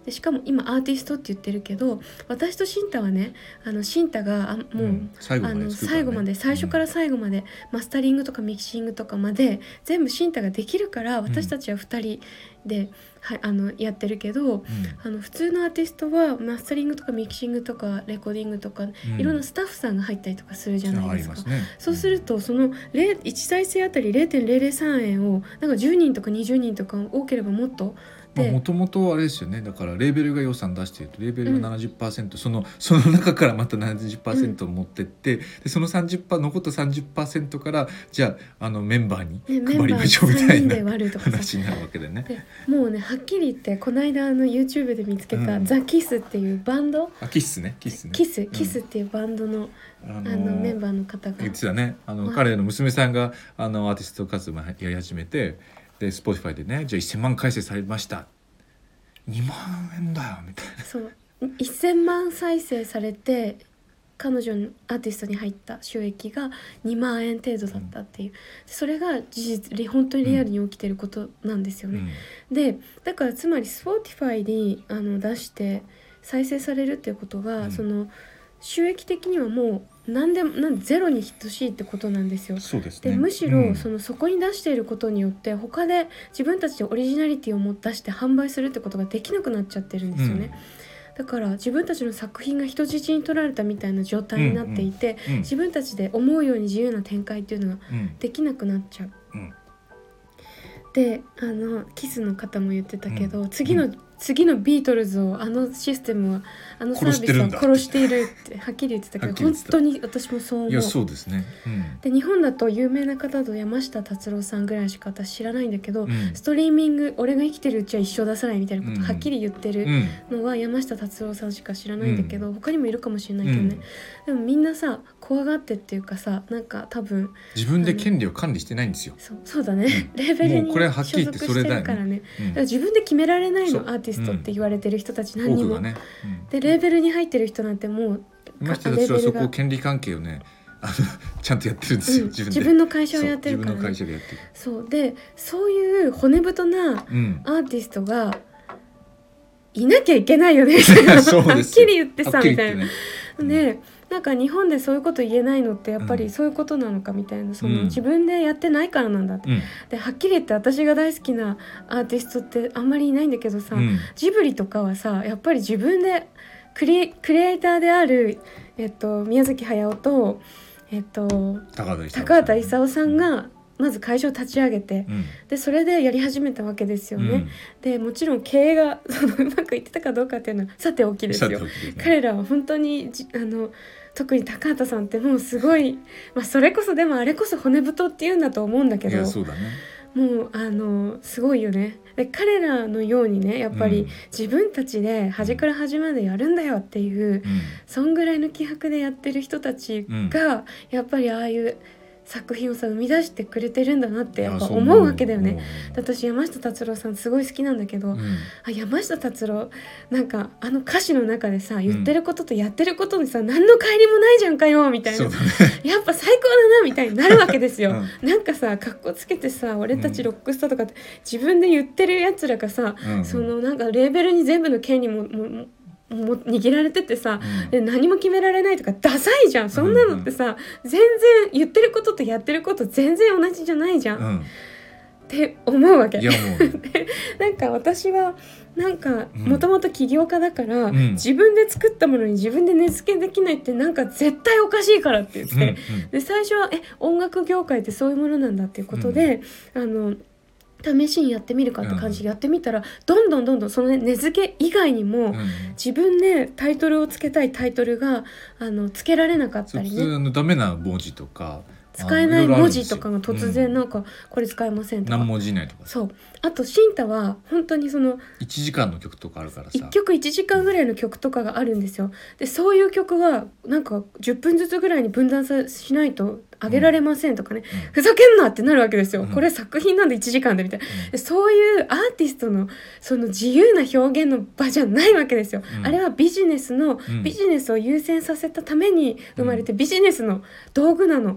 でしかも今アーティストって言ってるけど、私とシンタはね、あのシンタがあもう、うん、最後まで、ね、あの最後まで最初から最後まで、うん、マスタリングとかミキシングとかまで全部シンタができるから、私たちはふたりで、はい、あのやってるけど、うん、あの普通のアーティストはマスタリングとかミキシングとかレコーディングとか、うん、いろんなスタッフさんが入ったりとかするじゃないですか。す、ね、そうするとそのいち再生あたり れいてんぜろぜろさん 円をなんかじゅうにんとかにじゅうにんとか多ければもっともともとあれですよね、だからレーベルが予算出してるとレーベルが ななじゅっパーセント、うん、そのその中からまた ななじゅっパーセント を持ってって、うん、でその さんじゅっパーセント 残った さんじゅっパーセント からじゃあ、あのメンバーに配りましょうみたいな話になるわけでね。 でもうね、はっきり言ってこの間あの YouTube で見つけた、うん、ザ・キスっていうバンド、 あキスねキスねキスキスっていうバンドの、うん、あのメンバーの方が言ってたね、あの彼の娘さんがあのアーティスト活動をやり始めて、で Spotify でね、じゃあせんまん再生されました、にまんえんだよみたいな。 そうせんまん再生されて彼女のアーティストに入った収益がにまんえん程度だったっていう、うん、それが事実本当にリアルに起きてることなんですよね、うん、でだからつまり Spotify にあの出して再生されるっていうことが、うん、その収益的にはもう何でもなんゼロに等しいってことなんですよ。 そうですね。 でむしろ、うん、そのそこに出していることによって他で自分たちでオリジナリティをも出して販売するってことができなくなっちゃってるんですよね、うん、だから自分たちの作品が人質に取られたみたいな状態になっていて、うんうん、自分たちで思うように自由な展開っていうのができなくなっちゃう、うん、であのキスの方も言ってたけど、うん、次の、うん次のビートルズをあのシステムはあのサービスを殺しているってはっきり言ってたけど、本当に私もそう思う。 いやそうですね、 うん、で日本だと有名な方と山下達郎さんぐらいしか私知らないんだけど、うん、ストリーミング俺が生きてるうちは一生出さないみたいなことはっきり言ってるのは山下達郎さんしか知らないんだけど、うん、他にもいるかもしれないけどね、うん、でもみんなさ怖がってっていうかさ、なんか多分自分で権利を管理してないんですよ。 そう、そうだね、うん、レーベルに所属してるからね、うん、だから自分で決められないのアーティストって言われてる人たち何人も、ねうん、でレーベルに入ってる人なんてもう山下達郎はそこ権利関係をねあのちゃんとやってるんですよ、うん、自分で自分の会社をやってるから、ね、 自分の会社でやってる。 そうでそういう骨太なアーティストがいなきゃいけないよねみたいな、うん、はっきり言ってさみたいな、うん、でなんか日本でそういうこと言えないのってやっぱりそういうことなのかみたいな、その自分でやってないからなんだって、うん、ではっきり言って私が大好きなアーティストってあんまりいないんだけどさ、うん、ジブリとかはさやっぱり自分でクリ、クリエイターである、えっと、宮崎駿と、えっと、高畑勲さんがまず会社を立ち上げて、うん、でそれでやり始めたわけですよね、うん、でもちろん経営がそのうまくいってたかどうかっていうのはさておきですよ、ね、彼らは本当にあの特に高畑さんってもうすごい、まあ、それこそでもあれこそ骨太っていうんだと思うんだけど、 いやそうだね、 もうあのすごいよね。で彼らのようにねやっぱり自分たちで端から端までやるんだよっていう、うん、そんぐらいの気迫でやってる人たちが、うん、やっぱりああいう作品をさ生み出してくれてるんだなってやっぱ思うわけだよね。私山下達郎さんすごい好きなんだけど、うん、あ山下達郎なんかあの歌詞の中でさ言ってることとやってることにさ、うん、何の乖離もないじゃんかよみたいな、ね、やっぱ最高だなみたいになるわけですよ、うん、なんかさかっこつけてさ俺たちロックスターとかって自分で言ってるやつらがさ、うん、そのなんかレーベルに全部の権利ももも握られててさ、うん、で何も決められないとかダサいじゃん。そんなのってさ、うんうん、全然言ってることとやってること全然同じじゃないじゃん、うん、って思うわけ。 いやもうでなんか私はなんかもともと起業家だから、うん、自分で作ったものに自分で値付けできないってなんか絶対おかしいからって言って、うんうん、で最初はえ音楽業界ってそういうものなんだっていうことで、うん、あの試しにやってみるかって感じでやってみたら、うん、どんどんどんどんその、ね、値付け以外にも、うん、自分でタイトルをつけたいタイトルがあのつけられなかったりね、 普通のダメな文字とか使えない文字とかが突然なんかこれ使えませんとか、 何文字以内とか、 そうあとシンタは本当にそのいちじかんの曲とかあるからさ、 いっきょくいちじかんぐらいの曲とかがあるんですよ。でそういう曲はなんかじゅっぷんずつぐらいに分断さしないと上げられませんとかね、うん、ふざけんなってなるわけですよ、うん、これ作品なんでいちじかんでみたいな、うん、でそういうアーティストのその自由な表現の場じゃないわけですよ、うん、あれはビジネスの、うん、ビジネスを優先させたために生まれて、ビジネスの道具なの、うん、でアー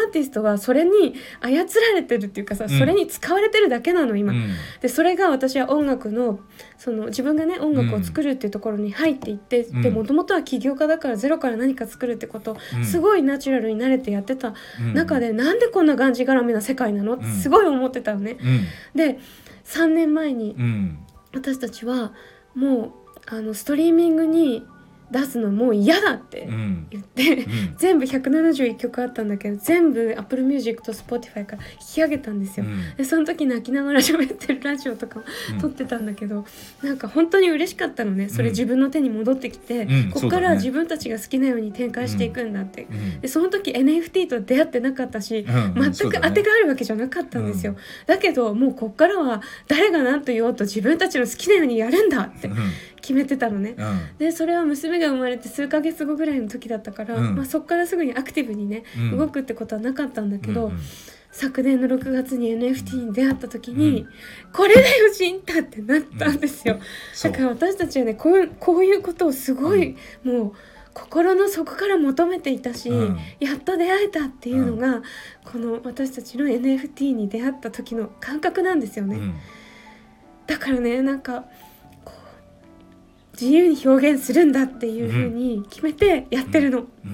ーティストはそれに操られてるっていうかさ、うん、それに使われてるだけなの今、うん、でそれが私は音楽のその自分がね音楽を作るっていうところに入っていって、うん、でもともとは起業家だからゼロから何か作るってこと、うん、すごいナチュラルに慣れてやってた中で、うん、なんでこんながんじがらめな世界なのってすごい思ってたのね、うん、でさんねんまえに私たちはもうあのストリーミングに出すのもう嫌だって言って、うんうん、全部ひゃくななじゅういっきょくあったんだけど全部 Apple Music と Spotify から引き上げたんですよ、うん、でその時泣きながら喋ってるラジオとかも撮ってたんだけど、うん、なんか本当に嬉しかったのね。それ自分の手に戻ってきて、うん、ここから自分たちが好きなように展開していくんだって、うん、でその時 エヌエフティー と出会ってなかったし、うん、全く当てがあるわけじゃなかったんですよ、うん、だけどもうこっからは誰が何と言おうと自分たちの好きなようにやるんだって決めてたのね、うん、でそれは娘が生まれて数ヶ月後ぐらいの時だったから、うんまあ、そっからすぐにアクティブにね、うん、動くってことはなかったんだけど、うんうん、昨年のろくがつに エヌエフティー に出会った時に、うん、これだよジンタってなったんですよ、うん、だから私たちはねこう、こういうことをすごい、うん、もう心の底から求めていたし、うん、やっと出会えたっていうのが、うん、この私たちの エヌエフティー に出会った時の感覚なんですよね、うん、だからねなんか自由に表現するんだっていう風に決めてやってるの、うんうんうん、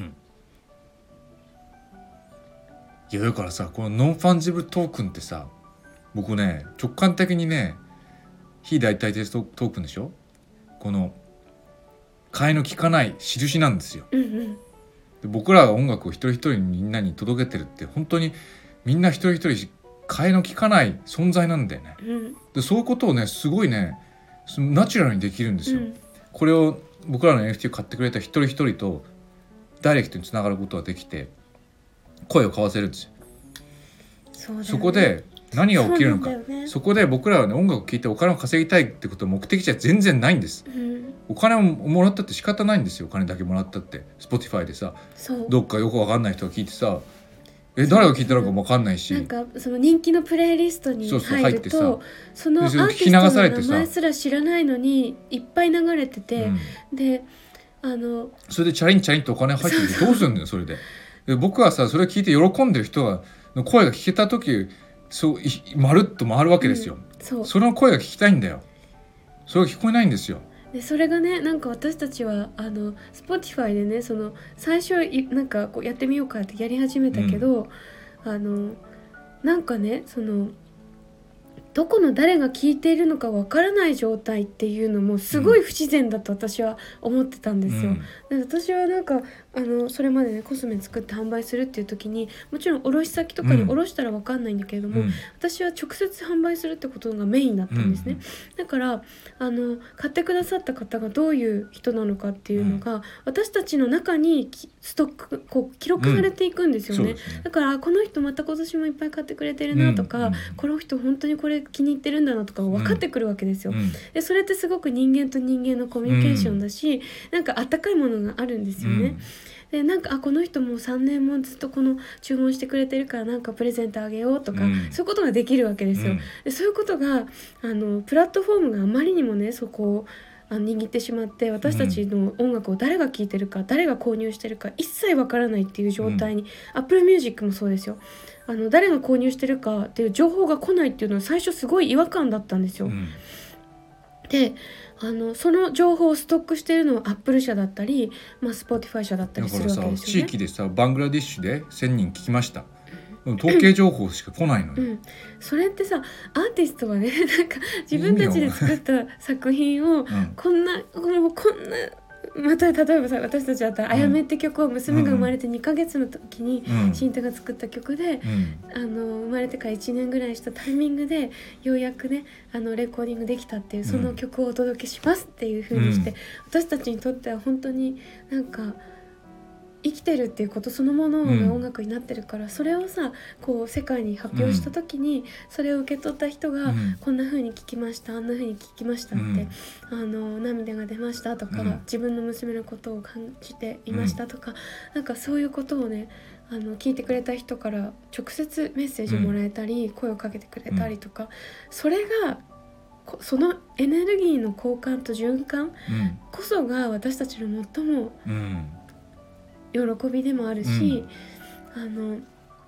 いやだからさこのノンファンジブルトークンってさ僕ね直感的にね非代替的トークンでしょ、この替えの利かない印なんですよ、うんうん、で僕らが音楽を一人一人みんなに届けてるって本当にみんな一人一人替えの利かない存在なんだよね、うん、でそういうことをねすごいねナチュラルにできるんですよ、うんこれを僕らの エヌエフティー を買ってくれた一人一人とダイレクトにつながることができて声を交わせるんですよ。 そうだよね、そこで何が起きるのか そ,、ね、そこで僕らはね音楽を聴いてお金を稼ぎたいってことは目的じゃ全然ないんです、うん、お金をもらったって仕方ないんですよ。お金だけもらったって Spotify でさどっかよく分かんない人が聞いてさえ誰が聞いたのかも分かんないしなんかその人気のプレイリストに入るとそうそう入ってさそのアーティストの名前すら知らないのにいっぱい流れてて、うん、であのそれでチャリンチャリンとお金入っててどうするんだよそれ で, で僕はさそれを聞いて喜んでる人がの声が聞けた時そうまるっと回るわけですよ、うん、そうその声が聞きたいんだよ。それが聞こえないんですよ。 でそれがねなんか私たちはあの Spotify でねその最初なんかこうやってみようかってやり始めたけど、うん、あのなんかねそのどこの誰が聞いているのかわからない状態っていうのもすごい不自然だと私は思ってたんですよ、うん、で私はなんかあのそれまでねコスメ作って販売するっていう時にもちろん卸先とかに卸したらわかんないんだけれども、うん、私は直接販売するってことがメインだったんですね、うん、だからあの買ってくださった方がどういう人なのかっていうのが、うん、私たちの中にストックこう記録されていくんですよね、うん、ですね。だからこの人また今年もいっぱい買ってくれてるなとか、うん、この人本当にこれ気に入ってるんだなとか分かってくるわけですよ、うん、でそれってすごく人間と人間のコミュニケーションだし、うん、なんかあったかいものがあるんですよね、うんでなんかあこの人もうさんねんもずっとこの注文してくれてるからなんかプレゼントあげようとか、うん、そういうことができるわけですよ、うん、でそういうことがあのプラットフォームがあまりにもねそこをあ握ってしまって私たちの音楽を誰が聴いてるか、うん、誰が購入してるか一切わからないっていう状態に、うん、Apple Music もそうですよ。あの誰が購入してるかっていう情報が来ないっていうのは最初すごい違和感だったんですよ、うん、であのその情報をストックしているのはアップル社だったり、まあ、Spotify 社だったりするわけですよね。だからさ地域でさバングラディッシュでせんにん聞きました、うん、統計情報しか来ないのに、うん、 それってさアーティストはねなんか自分たちで作った作品をこんな、うん、もうこんなまた例えばさ私たちだったら「あやめ」って曲を娘が生まれてにかげつの時に新太が作った曲で、うん、あの生まれてからいちねんぐらいしたタイミングでようやくねあのレコーディングできたっていうその曲をお届けしますっていう風にして、うん、私たちにとっては本当になんか生きてるっていうことそのものが音楽になってるから、うん、それをさこう世界に発表した時に、うん、それを受け取った人が、うん、こんな風に聞きましたあんな風に聞きましたって、うん、あの涙が出ましたとか、うん、自分の娘のことを感じていましたとか、うん、なんかそういうことをねあの聞いてくれた人から直接メッセージもらえたり、うん、声をかけてくれたりとか、それがそのエネルギーの交換と循環こそが私たちの最も、うん喜びでもあるし、うん、あの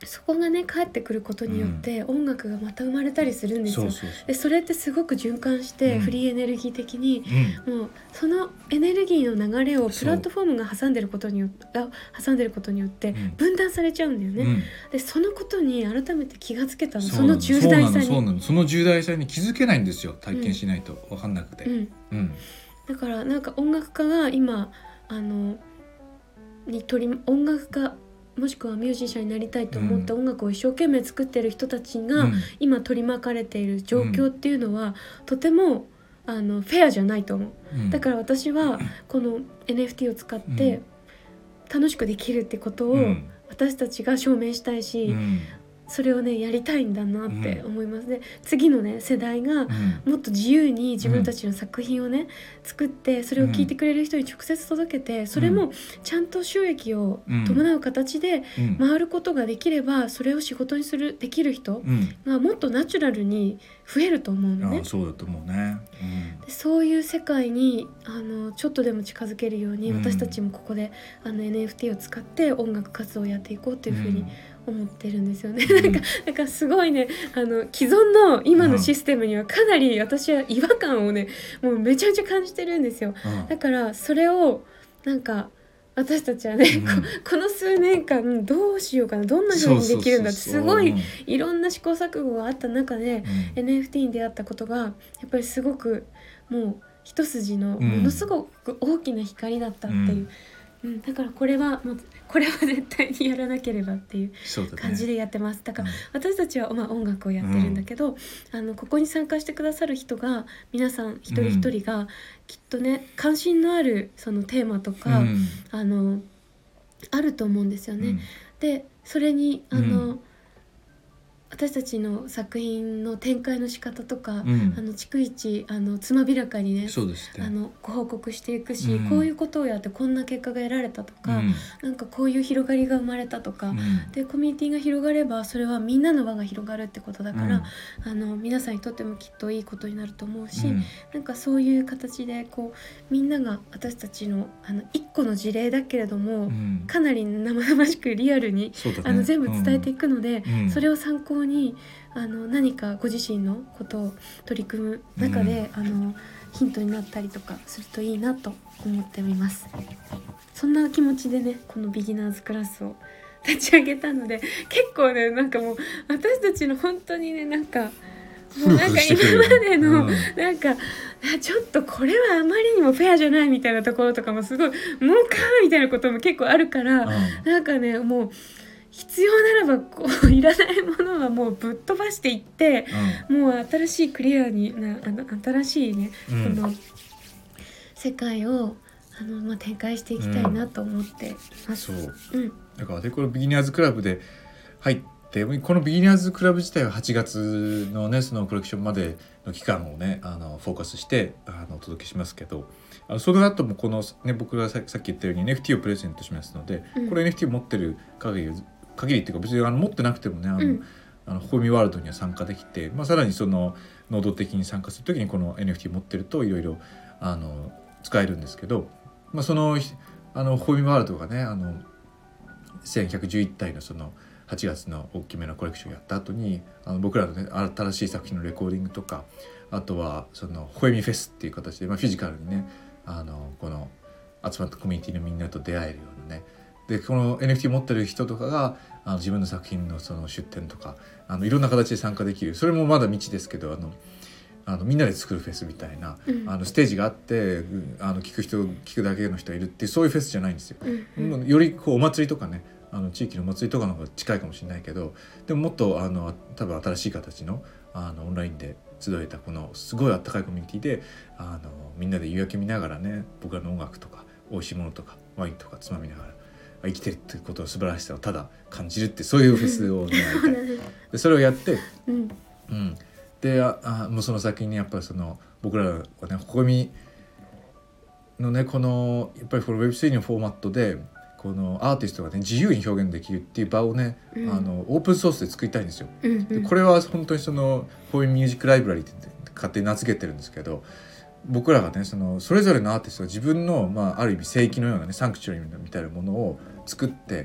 そこがね帰ってくることによって音楽がまた生まれたりするんですよ、 そうそうそうでそれってすごく循環してうんフリーエネルギー的に、 うんもうそのエネルギーの流れをプラットフォームが挟んでることによってあ挟んでることによってうん分断されちゃうんだよね、 うんでそのことに改めて気がつけたの、 そうなのその重大さに。 そうなのそうなのその重大さに気づけないんですよ、体験しないと分かんなくて、 うん、 うんだからなんか音楽家が今あのに取り音楽家もしくはミュージシャンになりたいと思った音楽を一生懸命作ってる人たちが、 うん今取り巻かれている状況っていうのは、とてもあのフェアじゃないと思う。 うんだから私はこの エヌエフティー を使って楽しくできるってことをうん私たちが証明したいし、 うんそれをねやりたいんだなって思います。で次のね世代がうんもっと自由に自分たちの作品をね作ってそれを聞いてくれる人に直接届けて、それもちゃんと収益を伴う形でうん回ることができれば、それを仕事にするできる人うんがもっとナチュラルに増えると思うのね。 あそうだと思うね、 でそういう世界にあのちょっとでも近づけるように、 うん私たちもここであの エヌエフティー を使って音楽活動をやっていこうというふうに思ってるんですよね、 うんなんかなんかすごいねあの既存の今のシステムにはかなり私は違和感をねもうめちゃめちゃ感じてるんですよ。 うんだからそれをなんか私たちはね、 うんここの数年間どうしようかな、どんな風にできるんだってすごいいろんな試行錯誤があった中で、 うんエヌエフティー に出会ったことがやっぱりすごくもう一筋のうんものすごく大きな光だったっていう、うんだからこれはもうこれは絶対にやらなければっていうそうだね感じでやってます。だからうん私たちは、まあ、音楽をやってるんだけど、あのここに参加してくださる人が皆さん一人一人がきっとね関心のあるそのテーマとか、 うんあのあると思うんですよね。 うんでそれにあの、 うん私たちの作品の展開の仕方とか、 うんあの逐一あのつまびらかにねそうですねあのご報告していくし、 うんこういうことをやってこんな結果が得られたとか、 うんなんかこういう広がりが生まれたとか、 うんでコミュニティが広がればそれはみんなの輪が広がるってことだから、あの皆さんにとってもきっといいことになると思うし、 うんなんかそういう形でこうみんなが私たちのあの一個の事例だけれども、 うんかなり生々しくリアルにそうだねあの全部伝えていくので、 うんそれを参考にあの何かご自身のことを取り組む中で、あのヒントになったりとかするといいなと思っております。そんな気持ちでねこのビギナーズクラスを立ち上げたので、結構ねなんかもう私たちの本当にねなんかもうなんか今までの、 うんなんかちょっとこれはあまりにもフェアじゃないみたいなところとかもすごいもうかみたいなことも結構あるから、なんかねもう必要ならばこういらないものはもうぶっ飛ばしていって、もう新しいクリアになあの新しいね、 うんこの世界をあの、まあ、展開していきたいなと思っています。 そううんだからでこのビギナーズクラブで入ってこのビギナーズクラブ自体ははちがつのねそのコレクションまでの期間をねあのフォーカスしてあのお届けしますけど、あのその後もこの、ね、僕がささっき言ったように エヌエフティー をプレゼントしますので、 うんこれ エヌエフティー を持ってる限り限りっていうか別にあの持ってなくてもねあの、 うんあのホーミーワールドには参加できて、まあ、さらにその能動的に参加するときにこの エヌエフティー 持ってるといろいろあの使えるんですけど、まあ、そのあのホーミーワールドがねあのせんひゃくじゅういち体のそのはちがつの大きめのコレクションをやった後にあの僕らのね新しい作品のレコーディングとかあとはそのホエミフェスっていう形で、まあ、フィジカルにねあのこの集まったコミュニティのみんなと出会えるようなねでこの エヌエフティー 持ってる人とかがあの自分の作品のその出展とかあのいろんな形で参加できる、それもまだ未知ですけどあのあのみんなで作るフェスみたいな、 うんあのステージがあってうんあの聞く人聞くだけの人がいるっていうそういうフェスじゃないんですよ。 うんもうよりこうお祭りとかねあの地域のお祭りとかの方が近いかもしれないけど、でももっとあの多分新しい形のあのオンラインで集えたこのすごいあったかいコミュニティであのみんなで夕焼け見ながらね僕らの音楽とか美味しいものとかワインとかつまみながら生きてるってことの素晴らしさをただ感じるってそういうフェスをねやりたいでそれをやってうんうん、でああもうその先にやっぱりその僕らはねほこみのねこのやっぱりこの ウェブスリー のフォーマットでこのアーティストがね自由に表現できるっていう場をね、 うんあのオープンソースで作りたいんですよ。 うんでこれは本当にそのフォーミュージックライブラリーって勝手に名付けてるんですけど、僕らがねそのそれぞれのアーティストが自分の、まあ、ある意味聖域のようなねサンクチュアリみたいなものを作って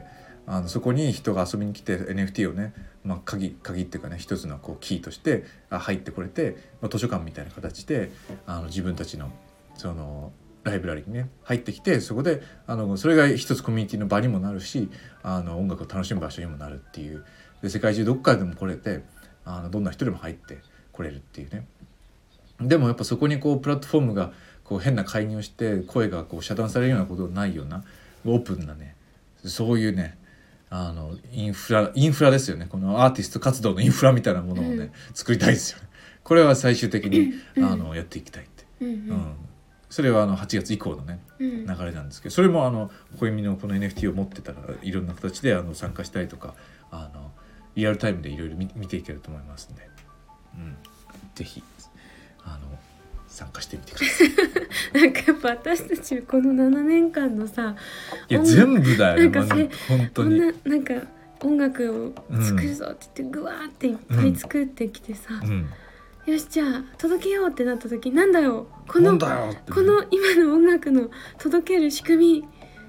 あのそこに人が遊びに来て エヌエフティー をね、まあ、鍵, 鍵っていうかね一つのこうキーとして入ってこれて、まあ、図書館みたいな形であの自分たちのそのライブラリにね入ってきて、そこであのそれが一つコミュニティの場にもなるし、あの音楽を楽しむ場所にもなるっていう、で世界中どっからでも来れて、あのどんな人でも入って来れるっていうね。でもやっぱそこにこうプラットフォームがこう変な介入をして声がこう遮断されるようなことないようなオープンなね、そういうねあのインフラインフラですよね。このアーティスト活動のインフラみたいなものをね、うん、作りたいですよね。これは最終的にあのやっていきたいって、うんうん、それはあのはちがつ以降のね流れなんですけど、それもあの小弓のこの エヌエフティー を持ってたらいろんな形であの参加したりとか、あのリアルタイムでいろいろ見ていけると思いますんで、うん、ぜひあの参加してみてください。 なんかやっぱ私たちこのななねんかんのさ、 いや全部だよね、 なんか、 まあ、本当にな, なんか音楽を作るぞって言って、うん、ぐわーっていっぱい作ってきてさ、うんうん、よしじゃあ届けようってなった時、なんだよこの、ね、この今の音楽の届ける仕組み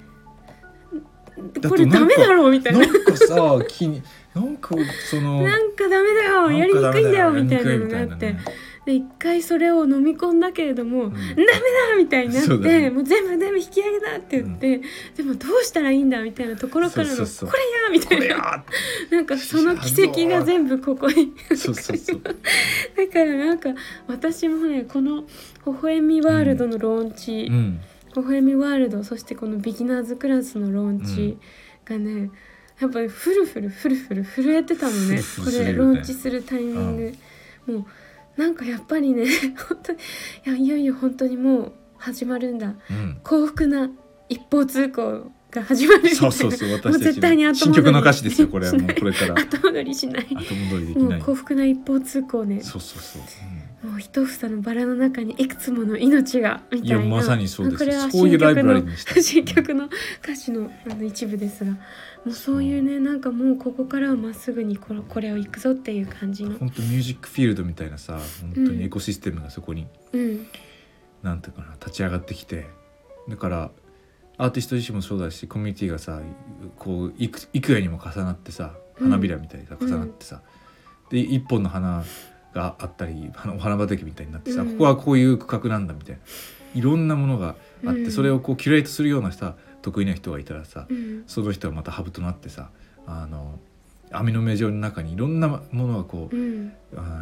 これダメだろうみたいな、 なんかさ気になんかそのなんかダメだよやりにくいんだよみたいなのがあって、で一回それを飲み込んだけれども、うん、ダメだみたいになって、ね、もう全部全部引き上げだって言って、うん、でもどうしたらいいんだみたいなところからの、そうそうそう、これやみたいな、なんかその奇跡が全部ここにそうそうそうだからなんか私もねこの微笑みワールドのローンチ、うん、微笑みワールド、そしてこのビギナーズクラスのローンチがね、うん、やっぱりフルフルフルフル震えてたのね、これローンチするタイミング、うん、もうなんかやっぱりね本当にいやいよいよ本当にもう始まるんだ、うん、幸福な一方通行が始まるみたいな、そうそうそう、私たちもう絶対に後戻り新曲の歌詞ですよこれはもうこれから後戻りしない後戻りできない、 もう幸福な一方通行ね、 そうそうそう、うん、 もう一房のバラの中にいくつもの命がみたいな、 いやまさにそうです、 これはそういうライブラリにした新曲の歌詞のあの一部ですが、もうそういうね、なんかもうここからはまっすぐにこれ、これを行くぞっていう感じの、 本当ミュージックフィールドみたいなさ、本当にエコシステムがそこに、うん、なんていうかな立ち上がってきて、だからアーティスト自身もそうだしコミュニティがさこう幾重にも重なってさ、花びらみたいに重なってさ、うん、で一本の花があったりお花畑みたいになってさ、うん、ここはこういう区画なんだみたいな、いろんなものがあって、うん、それをこうキュレートするようなさ得意な人がいたらさ、うん、その人はまたハブとなってさ、あの網の目状の中にいろんなものがこう、うん、あの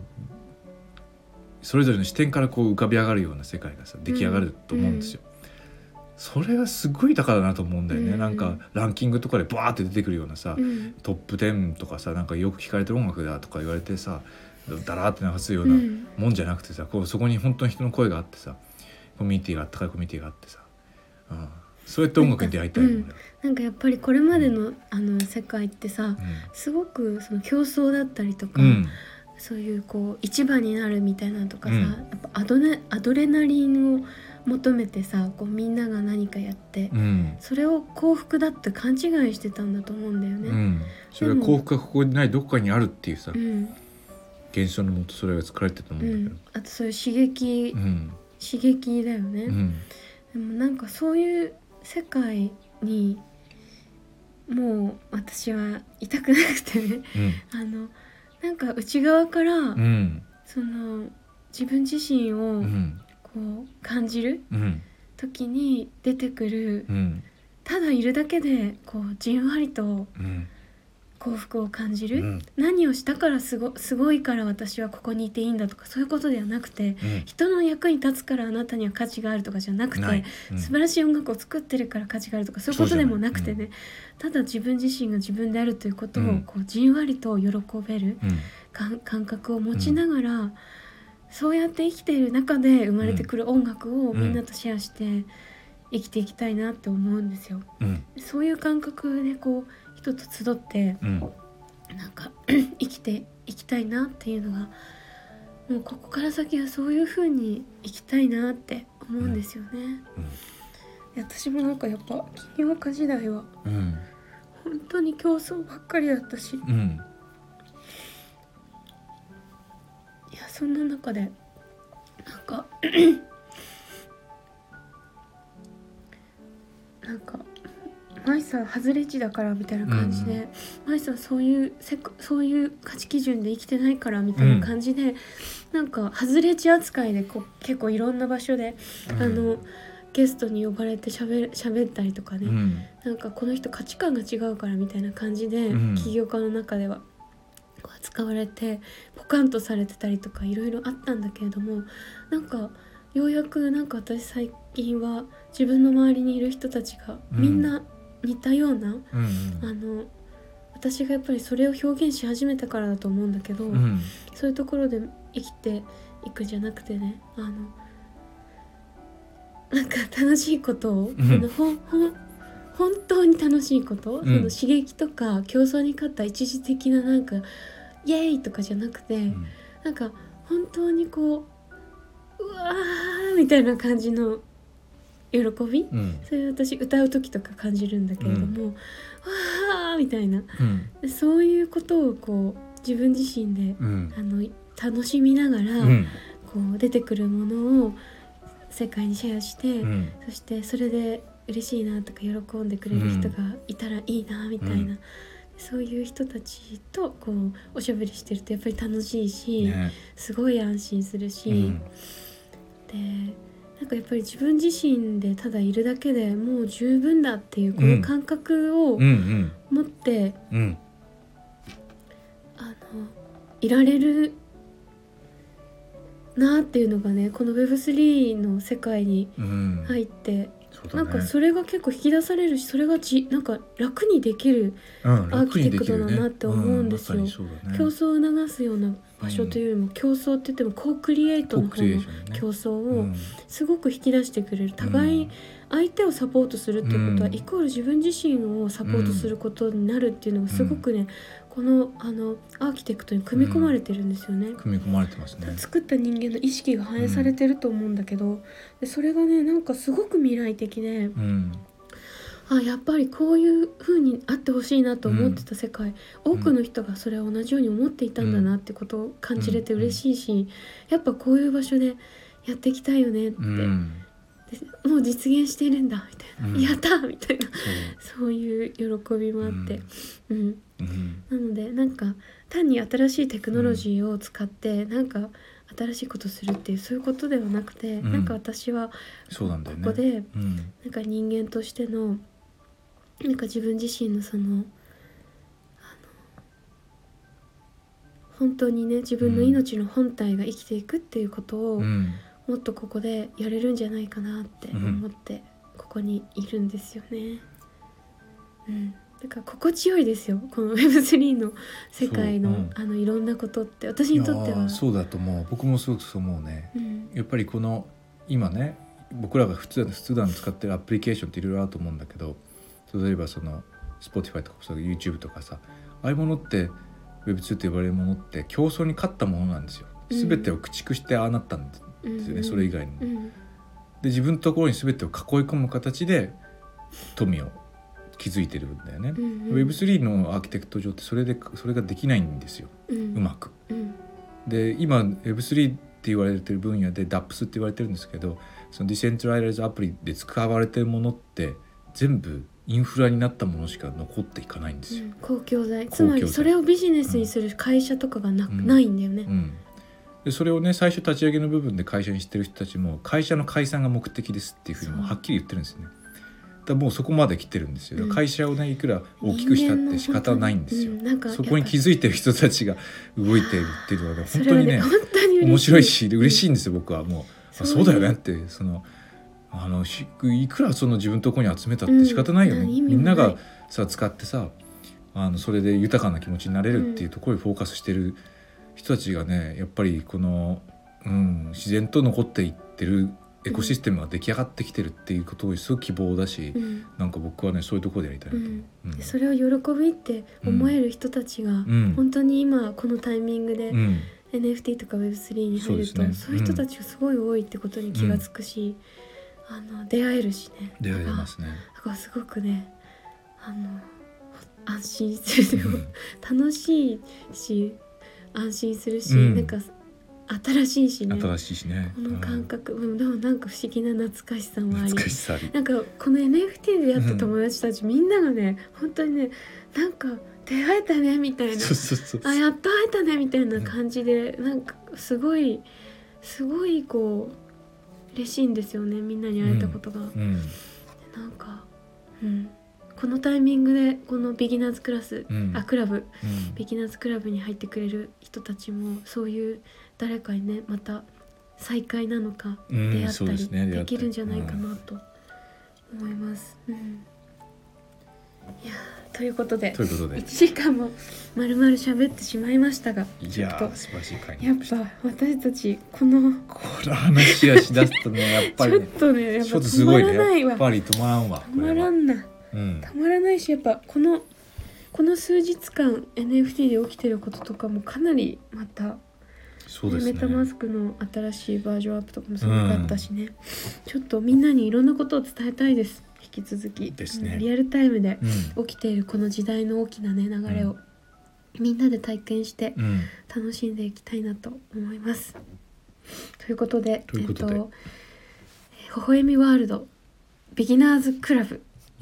それぞれの視点からこう浮かび上がるような世界がさ出来上がると思うんですよ、うん、それがすごいだからなと思うんだよね、うん、なんかランキングとかでバーって出てくるようなさ、うん、トップじゅうとかさ、なんかよく聞かれてる音楽だとか言われてさダラーって流すようなもんじゃなくてさ、こうそこに本当に人の声があってさ、コミュニティがあったかいコミュニティがあってさ、うん、そうやって音楽に出会いたいの、 なんか、うん、なんかやっぱりこれまでの、うん、あの世界ってさ、うん、すごくその競争だったりとか、うん、そういうこう一番になるみたいなとかさ、うん、やっぱアドネ、アドレナリンを求めてさ、こうみんなが何かやって、うん、それを幸福だって勘違いしてたんだと思うんだよね、うん、 それは幸福がここにないどこかにあるっていうさ、うん、現象のもとそれが作られてたと思うんだけど、うん、 あとそういう刺激、うん、刺激だよね、うん、でもなんかそういう世界にもう私はいたくなくてね、うん、あのなんか内側から、うん、その自分自身をこう感じる時に出てくる、うん、ただいるだけでこうじんわりと幸福を感じる、うん、何をしたからすご、すごいから私はここにいていいんだとかそういうことではなくて、うん、人の役に立つからあなたには価値があるとかじゃなくて、うん、素晴らしい音楽を作ってるから価値があるとかそういうことでもなくてね、うん、ただ自分自身が自分であるということをこうじんわりと喜べる、うん、感覚を持ちながら、うん、そうやって生きている中で生まれてくる音楽をみんなとシェアして生きていきたいなって思うんですよ、うん、そういう感覚でこう人と集って、うん、なんか生きていきたいなっていうのがもうここから先はそういう風に生きたいなって思うんですよね、うんうん、私もなんかやっぱ起業家時代は、うん、本当に競争ばっかりだったし、うん、いやそんな中でなんかなんかマイさん外れ値だからみたいな感じで、うんうん、マイさんそういうそういう価値基準で生きてないからみたいな感じで、うん、なんか外れ値扱いでこう結構いろんな場所で、うん、あのゲストに呼ばれてしゃべ、しゃべったりとかね、うん、なんかこの人価値観が違うからみたいな感じで、うん、起業家の中では使われてポカンとされてたりとかいろいろあったんだけれども、なんかようやくなんか私最近は自分の周りにいる人たちがみんな似たような、うんうん、あの私がやっぱりそれを表現し始めたからだと思うんだけど、うん、そういうところで生きていくんじゃなくてね、あのなんか楽しいことを、うん、あのほんほん本当に楽しいこと、うん、その刺激とか競争に勝った一時的ななんかイエーイとかじゃなくて、うん、なんか本当にこううわーみたいな感じの喜び、うん、それ私歌う時とか感じるんだけれども、うん、わーみたいな、うん、そういうことをこう自分自身で、うん、あの楽しみながら、うん、こう出てくるものを世界にシェアして、うん、そしてそれで嬉しいなとか喜んでくれる人がいたらいいなみたいな、うん、そういう人たちとこうおしゃべりしてるとやっぱり楽しいし、ね、すごい安心するし、うん、でなんかやっぱり自分自身でただいるだけでもう十分だっていうこの感覚を持って、うんうんうん、あのいられるなっていうのがね、この ウェブスリー の世界に入って、うんね、なんかそれが結構引き出されるし、それがじなんか楽にできるアーキテクトだなって思うんですよ、うんねうんね、競争を促すような場所というよりも、うん、競争って言ってもコークリエイトの方の競争をすごく引き出してくれる、互い相手をサポートするっていうことは、うん、イコール自分自身をサポートすることになるっていうのがすごくね、うん、この、あのアーキテクトに組み込まれてるんですよね、うん、 組み込まれてますね。 作った人間の意識が反映されてると思うんだけど、うん、でそれがねなんかすごく未来的で、うん、あやっぱりこういう風にあってほしいなと思ってた世界、うん、多くの人がそれを同じように思っていたんだなってことを感じれて嬉しいし、うん、やっぱこういう場所でやっていきたいよねって、うん、でもう実現してるんだみたいな、うん、やったみたいなそう、そういう喜びもあって、うんうんうん、なのでなんか単に新しいテクノロジーを使ってなんか新しいことするっていうそういうことではなくて、うん、なんか私はここでなんか人間としてのなんか自分自身のその、あの本当にね自分の命の本体が生きていくっていうことを、うん、もっとここでやれるんじゃないかなって思ってここにいるんですよね、うん、だから心地よいですよこの ウェブスリー の世界の、うん、あのいろんなことって私にとってはそうだと思う。僕もすごくそう思うね、うん、やっぱりこの今ね僕らが普通普段使ってるアプリケーションっていろいろあると思うんだけど、例えばその Spotify とか YouTube とかさ、ああいうものって ウェブツー と呼ばれるものって競争に勝ったものなんですよ。全てを駆逐してああなったんですよね、うん、それ以外にも、うん、で自分のところに全てを囲い込む形で富を築いてるんだよね、うんうん、ウェブスリー のアーキテクト上ってそれでそれができないんですよ、うん、うまく、うん、で今 ウェブスリー って言われてる分野で ダップス って言われてるんですけど、そのディセントライズアプリで使われてるものって全部インフラになったものしか残っていかないんですよ、うん、 公共財、つまりそれをビジネスにする会社とかが な,、うん、ないんだよね、うん、 でそれをね最初立ち上げの部分で会社にしてる人たちも会社の解散が目的ですっていうふうにもはっきり言ってるんですよね。だもうそこまで来てるんですよ、うん、会社をねいくら大きくしたって仕方ないんですよ、うん、なんかそこに気づいてる人たちが動いているっていうのは、ね、本当にね面白いし嬉しいんですよ、僕はもう、うん、そうだよねってそのあのいくらその自分のところに集めたって仕方ないよね、うん、みんながさ使ってさあのそれで豊かな気持ちになれるっていうところにフォーカスしてる人たちがねやっぱりこの、うん、自然と残っていってるエコシステムが出来上がってきてるっていうことをすごく希望だし、うん、なんか僕はねそういうところでやりたいなと思う、 うんうん、それを喜びって思える人たちが、うん、本当に今このタイミングで、うん、エヌエフティー とか ウェブスリー に入ると そう、ね、そういう人たちがすごい多いってことに気がつくし、うん、あの出会えるしね出会えますね。 だからすごくねあの安心する、うん、楽しいし安心するし、うん、なんか新しいしね新しいしねこの感覚、うん、でもなんか不思議な懐かしさもあり懐かしさありなんかこの エヌエフティー でやった友達たち、うん、みんながね本当にねなんか出会えたねみたいなそうそうそうあやっと会えたねみたいな感じで、うん、なんかすごいすごいこう嬉しいんですよねみんなに会えたことが、うんうん、なんか、うん、このタイミングでこのビギナーズクラス、うん、あクラブ、うん、ビギナーズクラブに入ってくれる人たちもそういう誰かにねまた再会なのか出会ったり、うんね、できるんじゃないかなと思います、うん、いやということでということでいちじかんもまるまる喋ってしまいましたがいやー素晴らしい回やっぱ私たちこのこの話がしだすとねやっぱり、ね、 ちょっとねやっぱ止まらないわやっぱり止まらんわ止まらんな、うん、止まらないしやっぱこのこの数日間 エヌエフティー で起きてることとかもかなりまたそうですね、 メタマスクの新しいバージョンアップとかもすごかったしね、うん、ちょっとみんなにいろんなことを伝えたいです引き続きですね、 リアルタイムで起きているこの時代の大きな、ね、流れをみんなで体験して楽しんでいきたいなと思います、うん、ということでということで、えっと、 微笑みワールドビギナーズクラブ、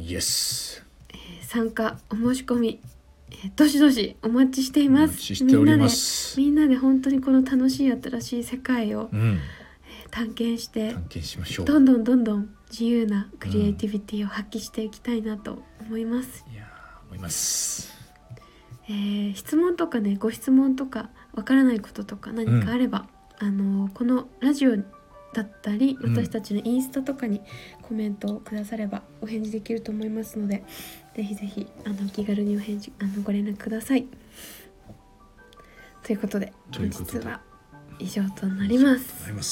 yes、 えー、参加お申し込みどしどしお待ちしています。 お待ちしております。 みんなでみんなで本当にこの楽しい新しい世界を、 うんえー、探検して探検しましょう。 どんどんどんどん自由なクリエイティビティを発揮していきたいなと思います、 うん、いや思います、 えー、質問とかねご質問とかわからないこととか何かあれば、うん、あのこのラジオだったり私たちのインスタとかにコメントをくださればお返事できると思いますので、ぜひぜひあの気軽にお返事あのご連絡ください。ということで本日は以上となります。 ます。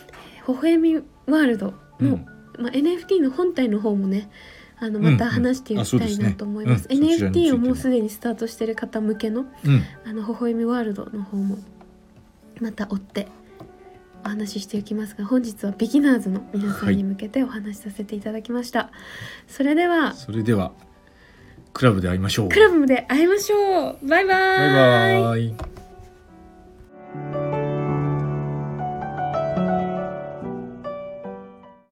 微笑みワールドの、うんまあ、エヌエフティー の本体の方もねあのまた話していきたいなと思います。エヌエフティー をもうすでにスタートしている方向けの、うん、あの微笑みワールドの方もまた追ってお話ししていきますが、本日はビギナーズの皆さんに向けてお話しさせていただきました、はい、それではそれではクラブで会いましょうクラブで会いましょうバイバーイバイバーイ。